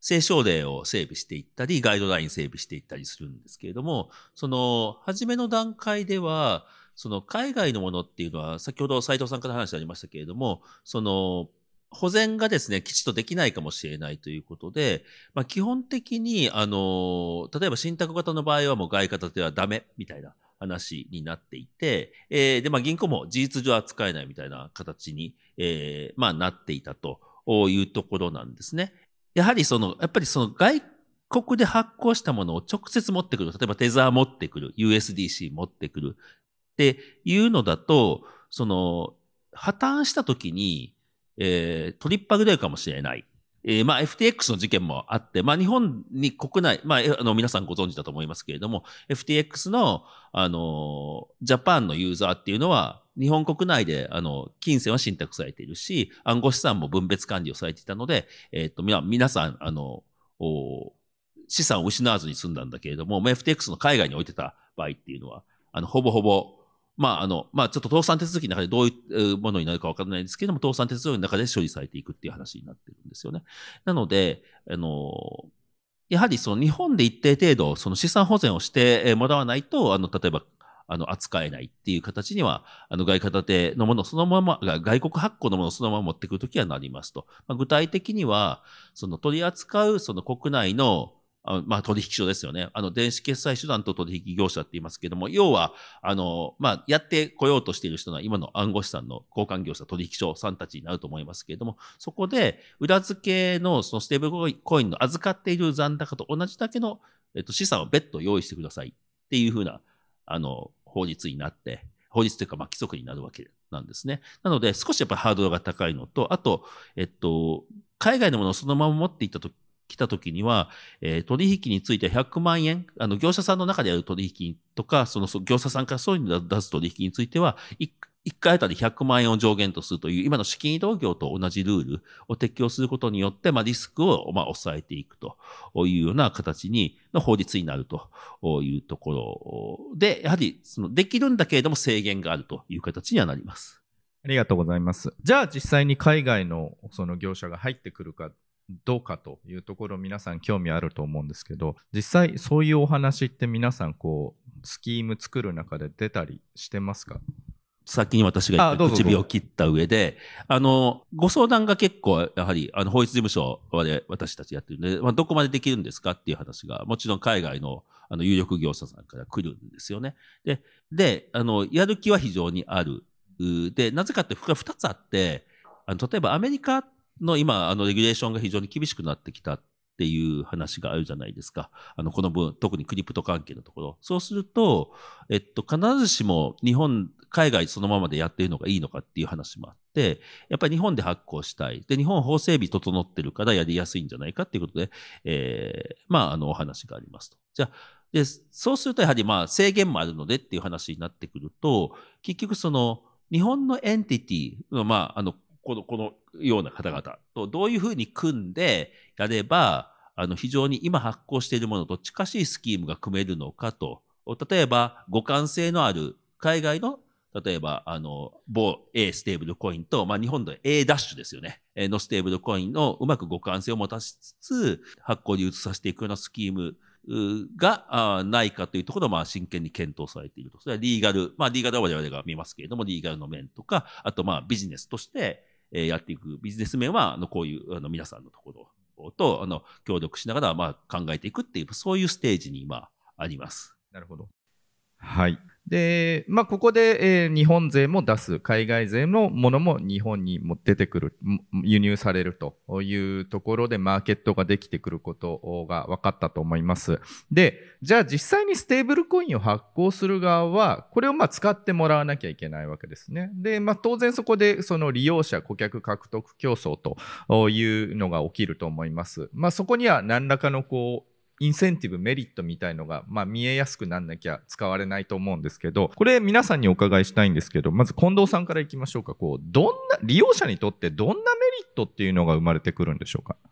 政省令を整備していったり、ガイドライン整備していったりするんですけれども、初めの段階では、海外のものっていうのは、先ほど斉藤さんから話ありましたけれども、保全がですね、きちっとできないかもしれないということで、基本的に、例えば信託型の場合はもう外貨建てはダメみたいな話になっていて、で、銀行も事実上は使えないみたいな形に、なっていたというところなんですね。やっぱり外国で発行したものを直接持ってくる。例えばテザー持ってくる。USDC 持ってくる。っていうのだと、破綻した時に、取りっぱぐれるかもしれない。FTX の事件もあって、日本に国内、皆さんご存知だと思いますけれども、FTX の、ジャパンのユーザーっていうのは、日本国内で、金銭は信託されているし、暗号資産も分別管理をされていたので、皆さん、資産を失わずに済んだんだけれども、FTX の海外に置いてた場合っていうのは、ほぼほぼ、ちょっと倒産手続きの中でどういうものになるかわからないですけれども、倒産手続きの中で処理されていくっていう話になってるんですよね。なので、やはり日本で一定程度、資産保全をしてもらわないと、例えば、扱えないっていう形には、外貨建てのものそのまま、外国発行のものをそのまま持ってくるときはなりますと。具体的には、取り扱う国内の取引所ですよね。電子決済手段と取引業者って言いますけども、要は、やってこようとしている人は今の暗号資産の交換業者、取引所さんたちになると思いますけれども、そこで、裏付けのステーブルコインの預かっている残高と同じだけの、資産を別途用意してくださいっていうふうな、法律になって、法律というか、規則になるわけなんですね。なので、少しやっぱりハードルが高いのと、あと、海外のものをそのまま持っていったと来たときには、取引については100万円、業者さんの中でやる取引とか、業者さんからそういうのを出す取引については、1回あたり100万円を上限とするという、今の資金移動業と同じルールを適用することによって、リスクを抑えていくというような形の法律になるというところで、やはりできるんだけれども制限があるという形にはなります。 ありがとうございます。じゃあ実際に海外の業者が入ってくるかどうかというところ皆さん興味あると思うんですけど、実際そういうお話って皆さんスキーム作る中で出たりしてますか？ 先に私が言った口火を切った上で、ご相談が結構、やはり、法律事務所で私たちやってるので、どこまでできるんですかっていう話が、もちろん海外の、有力業者さんから来るんですよね。で、やる気は非常にある。で、なぜかって2つあって、例えばアメリカの今、レギュレーションが非常に厳しくなってきたっていう話があるじゃないですか。この分、特にクリプト関係のところ。そうすると、必ずしも海外そのままでやっているのがいいのかっていう話もあって、やっぱり日本で発行したい。で、日本法整備整ってるからやりやすいんじゃないかっていうことで、お話がありますと。じゃあ、で、そうするとやはり制限もあるのでっていう話になってくると、結局日本のエンティティの、このような方々とどういうふうに組んでやれば、非常に今発行しているものと近しいスキームが組めるのかと。例えば、互換性のある海外の、例えば、某 A ステーブルコインと、日本の A ダッシュですよね。のステーブルコインのうまく互換性を持たしつつ、発行に移させていくようなスキームがないかというところを真剣に検討されていると。それはリーガル、リーガルは我々が見ますけれども、リーガルの面とか、あとビジネスとしてやっていく。ビジネス面はこういう皆さんのところと協力しながら考えていくっていう、そういうステージに今あります。 なるほど。はい。で、ここで、日本勢も出す、海外勢のものも日本にも出てくる、輸入されるというところでマーケットができてくることが分かったと思います。で、じゃあ実際にステーブルコインを発行する側は、これを使ってもらわなきゃいけないわけですね。で、当然そこでその利用者、顧客獲得競争というのが起きると思います。そこには何らかのインセンティブ、メリットみたいのが、見えやすくなんなきゃ使われないと思うんですけど、これ皆さんにお伺いしたいんですけど、まず近藤さんからいきましょうか。利用者にとってどんなメリットっていうのが生まれてくるんでしょうか？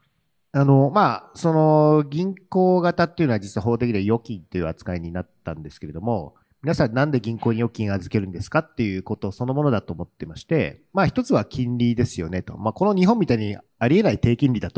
銀行型っていうのは実は法的で預金っていう扱いになったんですけれども、皆さんなんで銀行に預金預けるんですかっていうことそのものだと思ってまして、一つは金利ですよねと。この日本みたいにありえない低金利だと、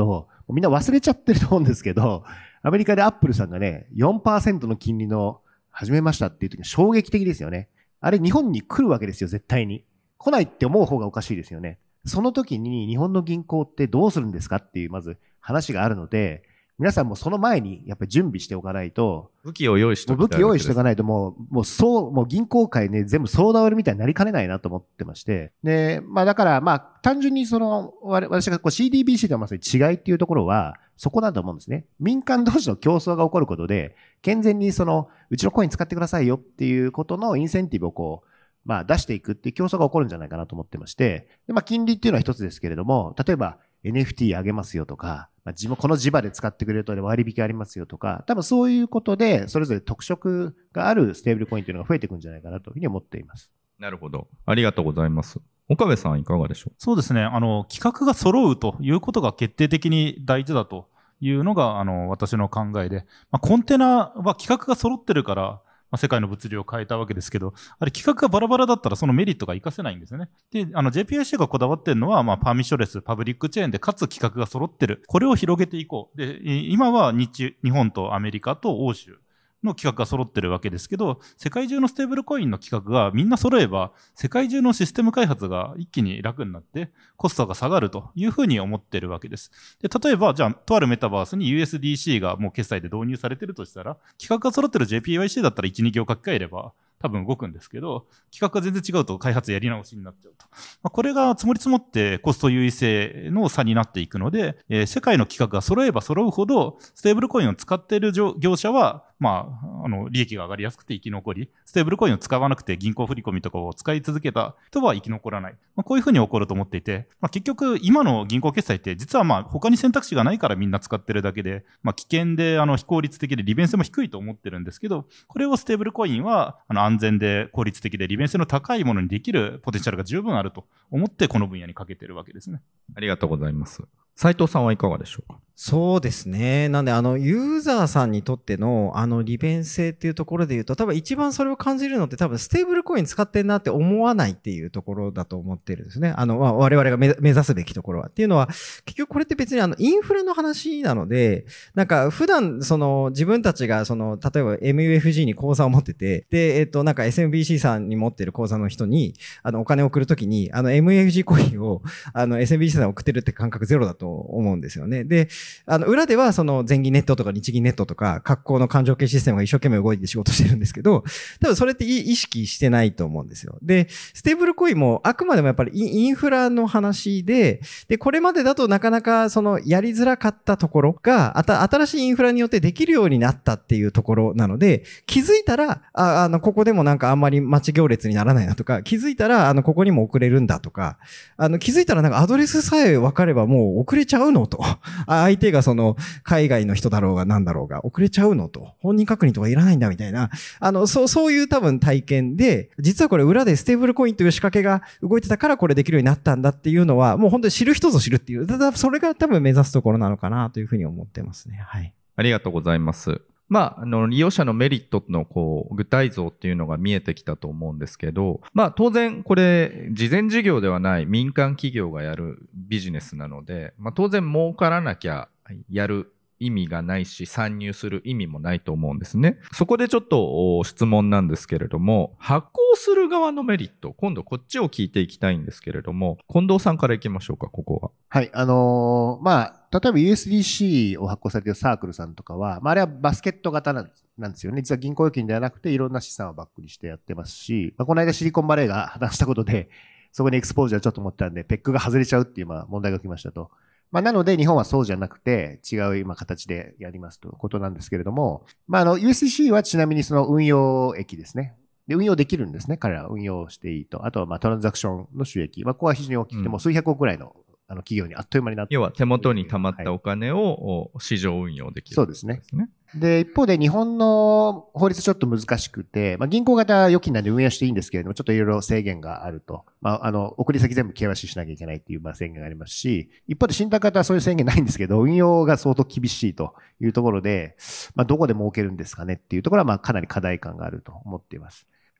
みんな忘れちゃってると思うんですけど、アメリカでアップルさんがね、4% の金利の始めましたっていう時に衝撃的ですよね。あれ日本に来るわけですよ、絶対に。来ないって思う方がおかしいですよね。その時に日本の銀行ってどうするんですかっていうまず話があるので、皆さんもその前にやっぱり準備しておかないと、 武器を用意しておきたいわけです。 武器用意しておかないともう銀行界ね、全部ソーダ割りみたいになりかねないなと思ってまして。で、だから単純に私がCDBC とはまさに違いっていうところは、そこだと思うんですね。民間同士の競争が起こることで、健全にうちのコイン使ってくださいよっていうことのインセンティブを出していくっていう競争が起こるんじゃないかなと思ってまして、で、金利っていうのは一つですけれども、例えば NFT 上げますよとか、この地場で使ってくれると割引ありますよとか、多分そういうことで、それぞれ特色があるステーブルコインというのが増えていくんじゃないかなというふうに思っています。 なるほど。ありがとうございます。岡部さんいかがでしょう？ そうですね。規格が揃うということが決定的に大事だというのが、私の考えで、コンテナは規格が揃ってるから、世界の物流を変えたわけですけど、あれ規格がバラバラだったらそのメリットが活かせないんですよね。で、JPIC がこだわってるのは、パーミッションレス、パブリックチェーンで、かつ規格が揃ってる。これを広げていこう。で、今は日本とアメリカと欧州の規格が揃ってるわけですけど、世界中のステーブルコインの規格がみんな揃えば、世界中のシステム開発が一気に楽になって、コストが下がるというふうに思ってるわけです。で、例えば、じゃあ、とあるメタバースに USDC がもう決済で導入されてるとしたら、規格が揃ってる JPYC だったら1、2行書き換えれば、多分動くんですけど、規格が全然違うと開発やり直しになっちゃうと。これが積もり積もってコスト優位性の差になっていくので、世界の規格が揃えば揃うほど、ステーブルコインを使っている業者は、利益が上がりやすくて生き残り、ステーブルコインを使わなくて銀行振込とかを使い続けた人は生き残らない。こういうふうに起こると思っていて、結局今の銀行決済って実は他に選択肢がないからみんな使ってるだけで、危険で非効率的で利便性も低いと思ってるんですけど、これをステーブルコインは安全で効率的で利便性の高いものにできるポテンシャルが十分あると思ってこの分野にかけてるわけですね。 ありがとうございます。斉藤さんはいかがでしょうか？ そうですね。なんで、ユーザーさんにとっての、利便性っていうところで言うと、多分一番それを感じるのって多分ステーブルコイン使ってんなって思わないっていうところだと思ってるんですね。我々が目指すべきところは。っていうのは、結局これって別にインフラの話なので、なんか普段、自分たちが、例えば MUFG に口座を持ってて、で、なんか SMBC さんに持ってる口座の人に、お金を送るときに、MUFG コインを、SMBC さんに送ってるって感覚ゼロだと思うんですよね。で、裏では全銀ネットとか日銀ネットとか各行の勘定系システムが一生懸命動いて仕事してるんですけど、多分それって意識してないと思うんですよ。で、ステーブルコインもあくまでもやっぱりインフラの話で、これまでだとなかなかやりづらかったところが、新しいインフラによってできるようになったっていうところなので、気づいたら、ここでもなんかあんまり待ち行列にならないなとか、気づいたら、ここにも送れるんだとか、気づいたらなんかアドレスさえ分かればもう送れちゃうのと。相手が海外の人だろうがなんだろうが遅れちゃうのと、本人確認とかいらないんだみたいな、そういう多分体験で、実はこれ裏でステーブルコインという仕掛けが動いてたからこれできるようになったんだっていうのは、もう本当に知る人ぞ知るっていう、ただそれが多分目指すところなのかなというふうに思ってますね。はい。 ありがとうございます。利用者のメリットの具体像っていうのが見えてきたと思うんですけど、当然これ、事前事業ではない民間企業がやるビジネスなので、当然儲からなきゃやる意味がないし、参入する意味もないと思うんですね。そこでちょっと質問なんですけれども、発行する側のメリット、今度こっちを聞いていきたいんですけれども、近藤さんからいきましょうか、ここは。 はい。例えば USDC を発行されているサークルさんとかは、あれはバスケット型なんですよね。実は銀行預金ではなくていろんな資産をバックにしてやってますし、この間シリコンバレーが破綻したことで、そこにエクスポージャーちょっと持ったんで、ペックが外れちゃうっていう問題が起きましたと。なので日本はそうじゃなくて違う今形でやりますということなんですけれども、USDC はちなみにその運用益ですね。で、運用できるんですね。彼らは運用していいと。あとはトランザクションの収益。ここは非常に大きくて、もう数百億くらいの企業にあっという間になって、 要は手元に溜まったお金を市場運用できる、 そうですね。で、一方で日本の法律ちょっと難しくて、銀行型預金なんで運用していいんですけれども、ちょっといろいろ制限があると。送り先全部 KYC しなきゃいけないっていう制限がありますし、一方で信託型はそういう制限ないんですけど、運用が相当厳しいというところで、どこで儲けるんですかねっていうところは、かなり課題感があると思っています。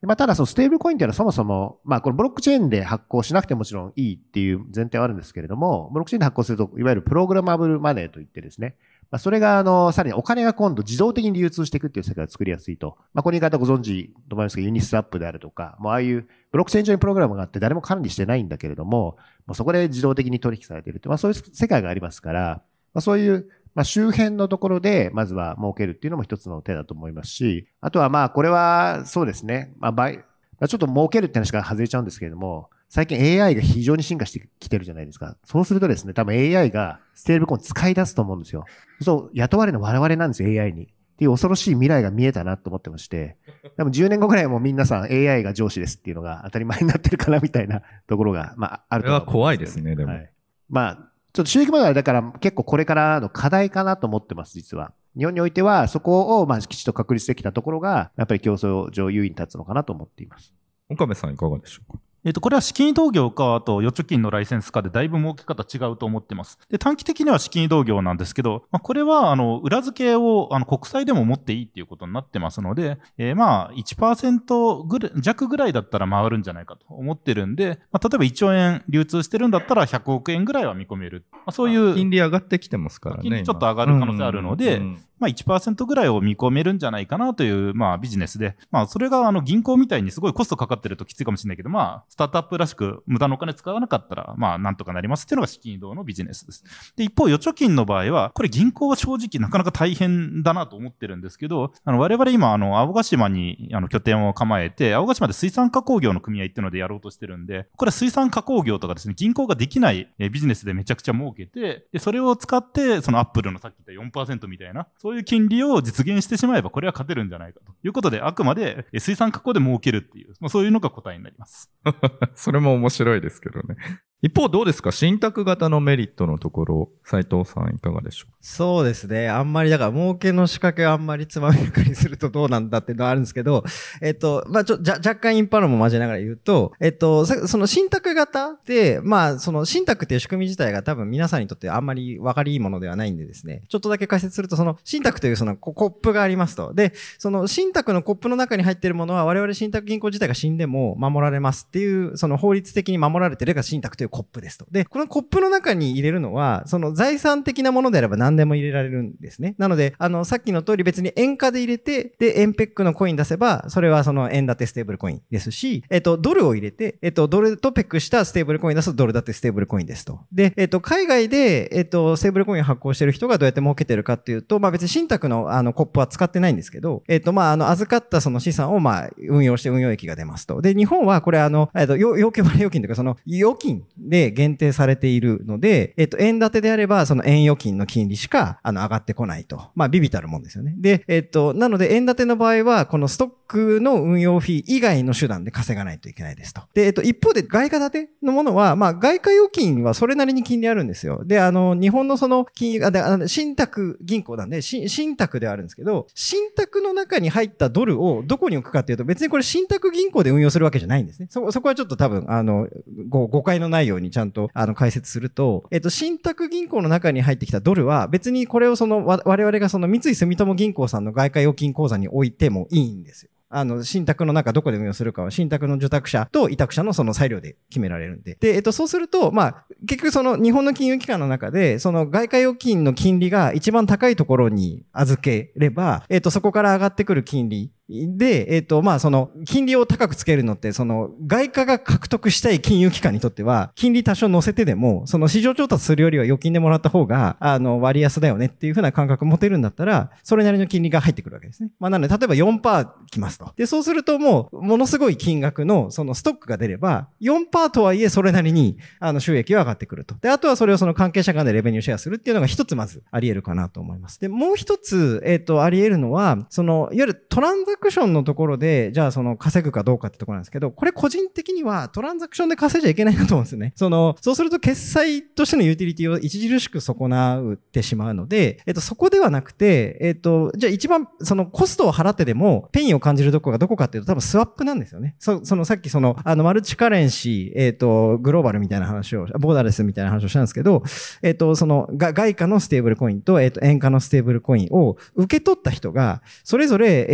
ただそのステーブルコインっていうのはそもそも、これブロックチェーンで発行しなくてもちろんいいっていう前提はあるんですけれども、ブロックチェーンで発行すると、いわゆるプログラマブルマネーといってですね、それがさらにお金が今度自動的に流通していくっていう世界を作りやすいと。この言い方ご存知と思いますけど、ユニスワップであるとか、もうああいうブロックチェーン上にプログラムがあって誰も管理してないんだけれども、そこで自動的に取引されているって、そういう世界がありますから、そういう周辺のところで、まずは儲けるっていうのも一つの手だと思いますし、あとはこれはそうですね、ちょっと儲けるって話から外れちゃうんですけれども、最近 AI が非常に進化してきてるじゃないですか。そうするとですね、多分 AI がステーブルコイン使い出すと思うんですよ。そう、雇われの我々なんですよ、AI に。っていう恐ろしい未来が見えたなと思ってまして、多分10年後ぐらいはもう皆さん AI が上司ですっていうのが当たり前になってるかなみたいなところが、あると思うんですよね。 それは怖いですね、でも。 はい。ちょっと収益モデルはだから結構これからの課題かなと思ってます、実は。日本においてはそこをきちっと確立できたところが、やっぱり競争上優位に立つのかなと思っています。 岡部さんいかがでしょうか。 これは資金移動業か、あと預貯金のライセンスかでだいぶ儲け方違うと思ってます。で、短期的には資金移動業なんですけど、これは、裏付けを、国債でも持っていいっていうことになってますので、1% 弱ぐらいだったら回るんじゃないかと思ってるんで、例えば1兆円流通してるんだったら100億円ぐらいは見込める。そういう。 金利上がってきてますからね。 金利ちょっと上がる可能性あるので、1% ぐらいを見込めるんじゃないかなという、ビジネスで、それが銀行みたいにすごいコストかかってるときついかもしれないけど、スタートアップらしく無駄なお金使わなかったら、なんとかなりますっていうのが資金移動のビジネスです。で、一方、預貯金の場合は、これ銀行は正直なかなか大変だなと思ってるんですけど、我々今、青ヶ島に拠点を構えて、青ヶ島で水産加工業の組合っていうのでやろうとしてるんで、これは水産加工業とかですね、銀行ができないビジネスでめちゃくちゃ儲けて、で、それを使って、そのアップルのさっき言った 4% みたいな、そういう金利を実現してしまえば、これは勝てるんじゃないかということで、あくまで水産加工で儲けるっていう、そういうのが答えになります。 それも面白いですけどね。一方どうですか、信託型のメリットのところ、斉藤さんいかがでしょうか。 そうですね。あんまりだから儲けの仕掛けをあんまりつまみ抜かにするとどうなんだっていうのはあるんですけど、若干インパラも交えながら言うと、その信託型で、その信託っていう仕組み自体が多分皆さんにとってあんまり分かりいいものではないんでですね、ちょっとだけ解説すると、その信託というそのコップがありますと。で、その信託のコップの中に入っているものは我々信託銀行自体が死んでも守られますっていう、その法律的に守られているが信託というコップですと。で、このコップの中に入れるのは、その財産的なものであれば何でも入れられるんですね。なので、さっきの通り別に円価で入れて、で、円ペックのコイン出せば、それはその円建てステーブルコインですし、ドルを入れて、ドルとペックしたステーブルコイン出すとドル建てステーブルコインですと。で、海外で、ステーブルコインを発行している人がどうやって儲けてるかっていうと、別に信託のコップは使ってないんですけど、預かったその資産を運用して運用益が出ますと。で、日本はこれ要求割れ預金というか、その預金で限定されているので、円建てであれば、その円預金の金利しか、上がってこないと。微々たるもんですよね。で、なので、円建ての場合は、このストックの運用フィー以外の手段で稼がないといけないですと。で、一方で、外貨建てのものは、外貨預金はそれなりに金利あるんですよ。で、日本のその金融、信託銀行なんで、信託ではあるんですけど、信託の中に入ったドルをどこに置くかっていうと、別にこれ信託銀行で運用するわけじゃないんですね。そこはちょっと多分、誤解のないようにちゃんと、解説すると、信託銀行の中に入ってきたドルは、別にこれを我々がその三井住友銀行さんの外貨預金口座に置いてもいいんですよ。信託の中どこで運用するかは信託の受託者と委託者のその裁量で決められるんで。で、そうすると、結局その日本の金融機関の中で、その外貨預金の金利が一番高いところに預ければ、そこから上がってくる金利で、その、金利を高くつけるのって、その、外貨が獲得したい金融機関にとっては、金利多少乗せてでも、その市場調達するよりは預金でもらった方が、割安だよねっていう風な感覚持てるんだったら、それなりの金利が入ってくるわけですね。なので、例えば 4% きますと。で、そうするともう、ものすごい金額の、そのストックが出れば、4% とはいえ、それなりに、収益は上がってくると。で、あとはそれをその関係者間でレベニューシェアするっていうのが一つまずあり得るかなと思います。で、もう一つ、あり得るのは、その、いわゆるトランザクションのところで、じゃあその稼ぐかどうかってところなんですけど、これ個人的にはトランザクションで稼いじゃいけないなと思うんですよね。そうすると決済としてのユーティリティを著しく損なってしまうので、そこではなくて、じゃあ一番そのコストを払ってでもペインを感じるところがどこかっていうと多分スワップなんですよね。さっきマルチカレンシー、グローバルみたいな話を、ボーダーレスみたいな話をしたんですけど、外貨のステーブルコインと、円価のステーブルコインを受け取った人が、それぞれ、ドル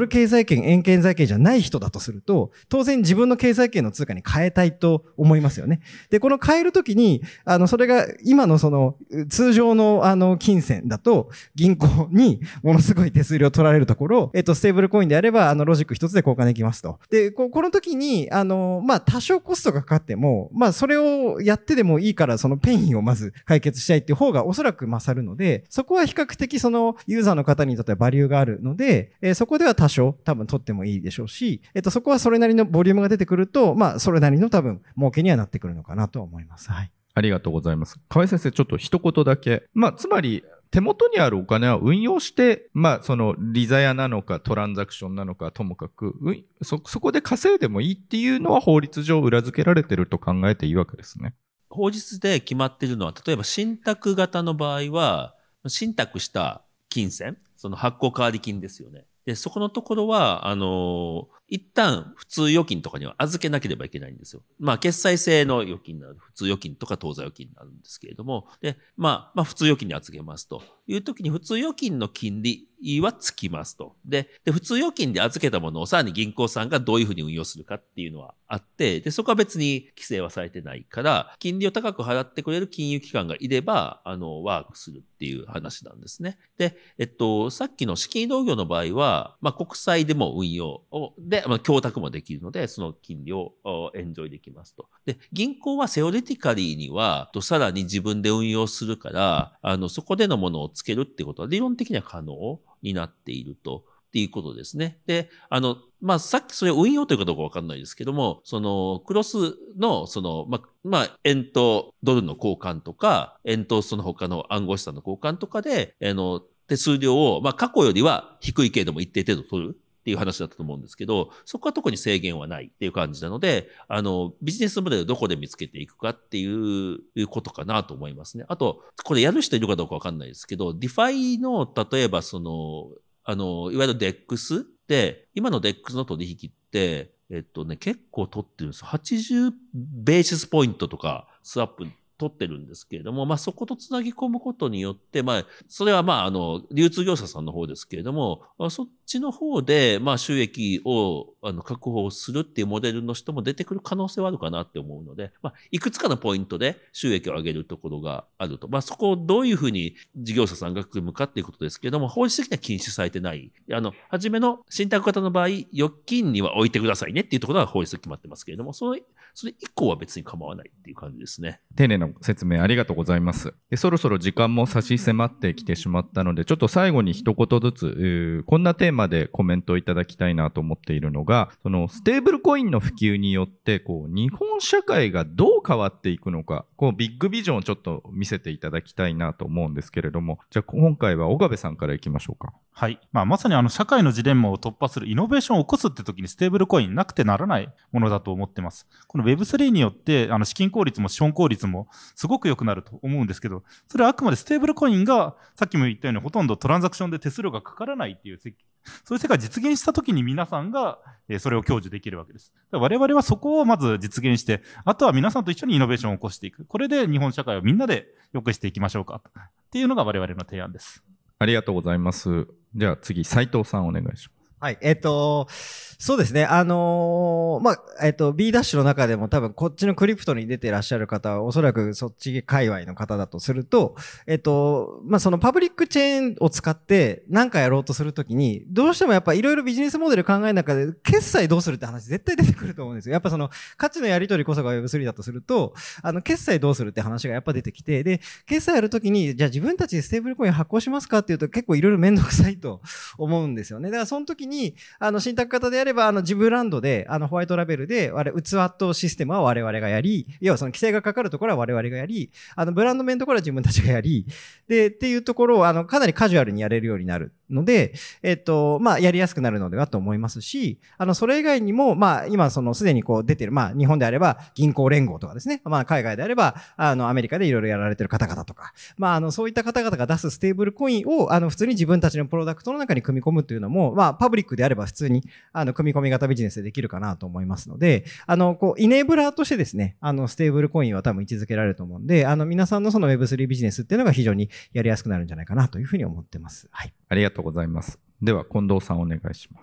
ル経済圏、円経済圏じゃない人だとすると、当然自分の経済圏の通貨に変えたいと思いますよね。で、この変えるときに、それが今のその通常の金銭だと銀行にものすごい手数料取られるところ、ステーブルコインであればロジック一つで交換できますと。で、この時に多少コストがかかっても、それをやってでもいいからそのペインをまず解決したいっていう方がおそらく勝るので、そこは比較的そのユーザーの方にとってはバリューがあるので、そこでは多少多分取ってもいいでしょうし、そこはそれなりのボリュームが出てくると、それなりの多分儲けにはなってくるのかなと思います。はい。 ありがとうございます。河合先生、ちょっと一言だけ。つまり、手元にあるお金は運用して、そのリザヤなのかトランザクションなのかともかく、そこで稼いでもいいっていうのは法律上裏付けられてると考えていいわけですね。 法律で決まっているのは、例えば信託型の場合は、信託した金銭、その発行代わり金ですよね。で、そこのところは、一旦普通預金とかには預けなければいけないんですよ。決済性の預金になる、普通預金とか当座預金になるんですけれども、で、普通預金に預けますという時に普通預金の金利はつきますと。で、普通預金で預けたものをさらに銀行さんがどういうふうに運用するかっていうのはあって、で、そこは別に規制はされてないから、金利を高く払ってくれる金融機関がいれば、ワークするっていう話なんですね。で、さっきの資金移動業の場合は、国債でも運用で、供託もできるので、その金利をエンジョイできますと。で、銀行はセオリティカリーには、さらに自分で運用するから、そこでのものをつけるってことは理論的には可能になっていると。っていうことですね。で、さっきそれ運用というかどうかわかんないですけども、その、クロスの、円とドルの交換とか、円とその他の暗号資産の交換とかで、手数料を、過去よりは低いけれども一定程度取るっていう話だったと思うんですけど、そこは特に制限はないっていう感じなので、ビジネスモデルをどこで見つけていくかっていうことかなと思いますね。あと、これやる人いるかどうかわかんないですけど、ディファイの、例えばその、いわゆる DEX で、今の DEX の取引って、結構取ってるんですよ。80ベーシスポイントとかスワップ取ってるんですけれども、そことつなぎ込むことによって、それは流通業者さんの方ですけれども、そっちの方で、収益を、確保するっていうモデルの人も出てくる可能性はあるかなって思うので、いくつかのポイントで収益を上げるところがあると。そこをどういうふうに事業者さんが組むかっていうことですけれども、法律的には禁止されてない。初めの信託型の場合、預金には置いてくださいねっていうところが法律で決まってますけれども、それ以降は別に構わないっていう感じですね。 丁寧な説明ありがとうございます。で、そろそろ時間も差し迫ってきてしまったので、ちょっと最後に一言ずつ、こんなテーマでコメントをいただきたいなと思っているのが、そのステーブルコインの普及によって、日本社会がどう変わっていくのか、ビッグビジョンをちょっと見せていただきたいなと思うんですけれども、じゃあ今回は岡部さんからいきましょうか。 はい。まさに社会のジレンマを突破するイノベーションを起こすって時にステーブルコインなくてならないものだと思ってます。この Web3 によって資金効率も資本効率もすごく良くなると思うんですけど、それはあくまでステーブルコインがさっきも言ったようにほとんどトランザクションで手数料がかからないっていう、そういう世界を実現した時に皆さんがそれを享受できるわけです。我々はそこをまず実現して、あとは皆さんと一緒にイノベーションを起こしていく。これで日本社会をみんなで良くしていきましょうかっていうのが我々の提案です。 ありがとうございます。じゃあ次、斉藤さんお願いします。 はい。そうですね。B ダッシュの中でも多分こっちのクリプトに出てらっしゃる方はおそらくそっち界隈の方だとすると、そのパブリックチェーンを使って何かやろうとするときに、どうしてもやっぱいろいろビジネスモデル考える中で、決済どうするって話絶対出てくると思うんですよ。やっぱその価値のやり取りこそが Web3 だとすると、決済どうするって話がやっぱ出てきて、で、決済やるときに、じゃあ自分たちでステーブルコイン発行しますかっていうと結構いろいろめんどくさいと思うんですよね。だからその時に、信託型であれば、自ブランドで、ホワイトラベルで、器とシステムは我々がやり、要はその規制がかかるところは我々がやり、ブランド面のところは自分たちがやり、で、っていうところを、かなりカジュアルにやれるようになるので、やりやすくなるのではと思いますし、それ以外にも、今、すでに出てる、日本であれば、銀行連合とかですね、海外であれば、アメリカでいろいろやられてる方々とか、そういった方々が出すステーブルコインを、普通に自分たちのプロダクトの中に組み込むというのも、パブリックであれば普通に、組み込み型ビジネスでできるかなと思いますので、イネーブラーとしてですね、ステーブルコインは多分位置づけられると思うんで、皆さんのその Web3 ビジネスっていうのが非常にやりやすくなるんじゃないかなというふうに思ってます。はい。 ありがとうございます。では、近藤さんお願いします。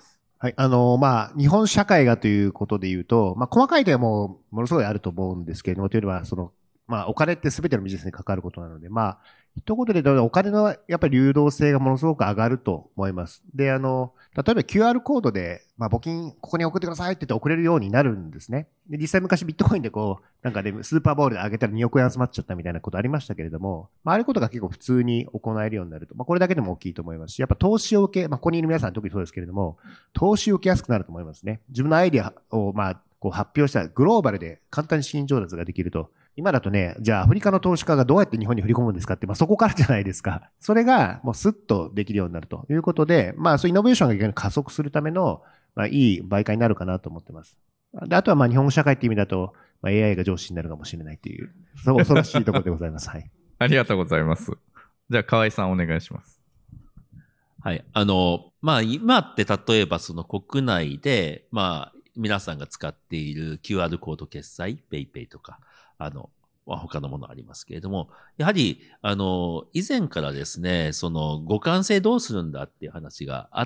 はい。日本社会がということで言うと、細かい点はものすごいあると思うんですけれども、というのは、お金って全てのビジネスに関わることなので、一言で言うと、お金のやっぱり流動性がものすごく上がると思います。で、例えば QR コードで、募金ここに送ってくださいって言って送れるようになるんですね。で、実際昔ビットコインでスーパーボールで上げたら2億円集まっちゃったみたいなことありましたけれども、ああいうことが結構普通に行えるようになると、これだけでも大きいと思いますし、やっぱ投資を受け、ここにいる皆さん特にそうですけれども、投資を受けやすくなると思いますね。自分のアイデアを発表したらグローバルで簡単に資金調達ができると。今だとね、じゃあアフリカの投資家がどうやって日本に振り込むんですかって、そこからじゃないですか。それがもうスッとできるようになるということで、そういうイノベーションが逆に加速するための、いい媒介になるかなと思ってます。で、あとは日本社会っていう意味だと、AI が上司になるかもしれないっていう、恐ろしいところでございます。はい。 ありがとうございます。じゃあ、河合さんお願いします。 はい。今って例えば国内で、皆さんが使っている QR コード決済、PayPay とか、他のものありますけれども、やはり、以前からですね、互換性どうするんだっていう話があって、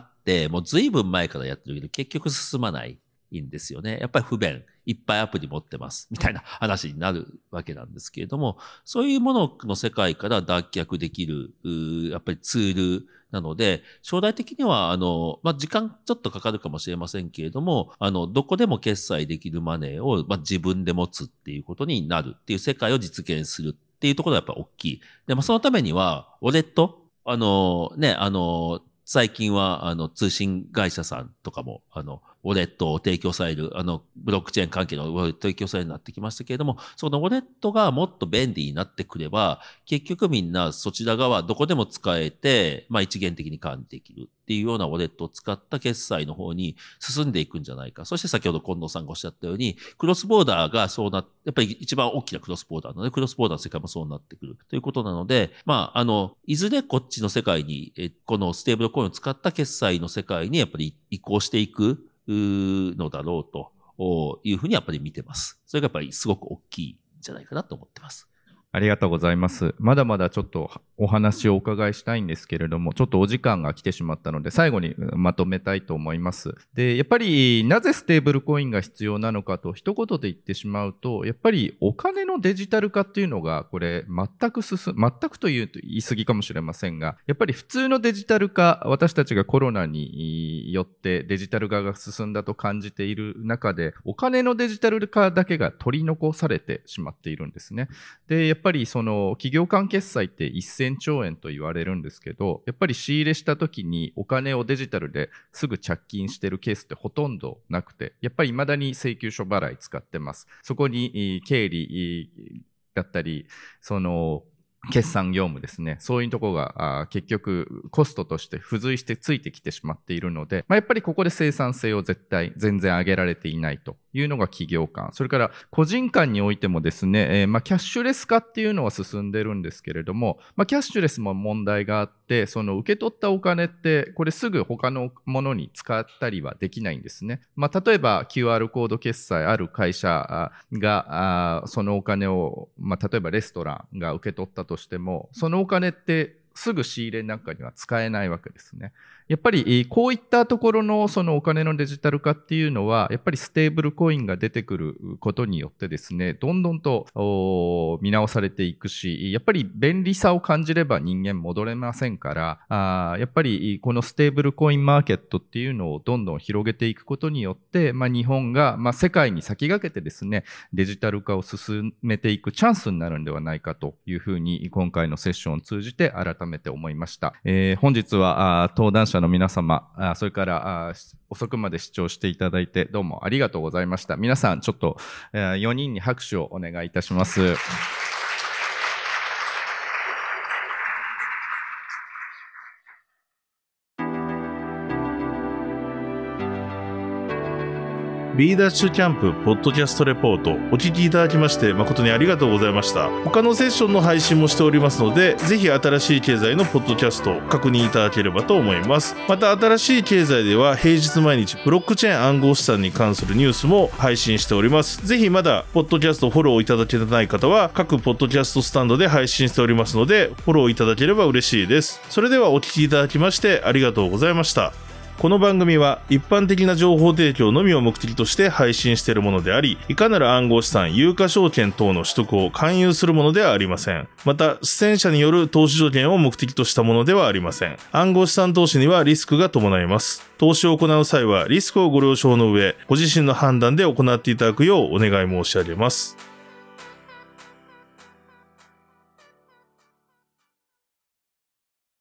もう随分前からやってるけど、結局進まないんですよね。やっぱり不便、いっぱいアプリ持ってます、みたいな話になるわけなんですけれども、そういうものの世界から脱却できる、やっぱりツールなので、将来的には、時間ちょっとかかるかもしれませんけれども、どこでも決済できるマネーを、自分で持つっていうことになるっていう世界を実現するっていうところがやっぱ大きい。で、そのためには、ウォレット、最近は、通信会社さんとかも、ウォレットを提供される、ブロックチェーン関係のウォレットを提供されるようになってきましたけれども、そのウォレットがもっと便利になってくれば、結局みんなそちら側どこでも使えて、一元的に管理できるっていうようなウォレットを使った決済の方に進んでいくんじゃないか。そして先ほど近藤さんがおっしゃったように、クロスボーダーがやっぱり一番大きなクロスボーダーなので、クロスボーダーの世界もそうなってくるということなので、いずれこっちの世界に、このステーブルコインを使った決済の世界にやっぱり移行していくのだろうというふうにやっぱり見てます。それがやっぱりすごく大きいんじゃないかなと思ってます。 ありがとうございます。まだまだちょっとお話をお伺いしたいんですけれども、ちょっとお時間が来てしまったので、最後にまとめたいと思います。で、やっぱりなぜステーブルコインが必要なのかと一言で言ってしまうと、やっぱりお金のデジタル化っていうのが、これ全くというと言い過ぎかもしれませんが、やっぱり普通のデジタル化、私たちがコロナによってデジタル化が進んだと感じている中で、お金のデジタル化だけが取り残されてしまっているんですね。で、やっぱり企業間決済って1000兆円と言われるんですけど、やっぱり仕入れした時にお金をデジタルですぐ着金してるケースってほとんどなくて、やっぱり未だに請求書払い使ってます。そこに経理だったり、決算業務ですね。そういうところが結局コストとして付随してついてきてしまっているので、やっぱりここで生産性を全然上げられていないというのが企業間。それから個人間においてもですね、キャッシュレス化っていうのは進んでるんですけれども、キャッシュレスも問題があって、受け取ったお金ってこれすぐ他のものに使ったりはできないんですね。例えば QR コード決済ある会社がそのお金を、例えばレストランが受け取ったとしても、そのお金ってすぐ仕入れなんかには使えないわけですね。やっぱりこういったところのそのお金のデジタル化っていうのは、やっぱりステーブルコインが出てくることによってですね、どんどんと見直されていくし、やっぱり便利さを感じれば人間戻れませんから、やっぱりこのステーブルコインマーケットっていうのをどんどん広げていくことによって、日本が世界に先駆けてですね、デジタル化を進めていくチャンスになるんではないかというふうに今回のセッションを通じて改めて思いました。本日は登壇者の皆様、それから遅くまで視聴していただいてどうもありがとうございました。皆さんちょっと4人に拍手をお願いいたします。 B ダッシュキャンプポッドキャストレポートお聞きいただきまして誠にありがとうございました。他のセッションの配信もしておりますので、ぜひ新しい経済のポッドキャストを確認いただければと思います。また新しい経済では平日毎日ブロックチェーン暗号資産に関するニュースも配信しております。ぜひまだポッドキャストフォローいただけてない方は各ポッドキャストスタンドで配信しておりますので、フォローいただければ嬉しいです。それではお聞きいただきましてありがとうございました。 この番組は一般的な情報提供のみを目的として配信しているものであり、いかなる暗号資産、有価証券等の取得を勧誘するものではありません。また、出演者による投資助言を目的としたものではありません。暗号資産投資にはリスクが伴います。投資を行う際はリスクをご了承の上、ご自身の判断で行っていただくようお願い申し上げます。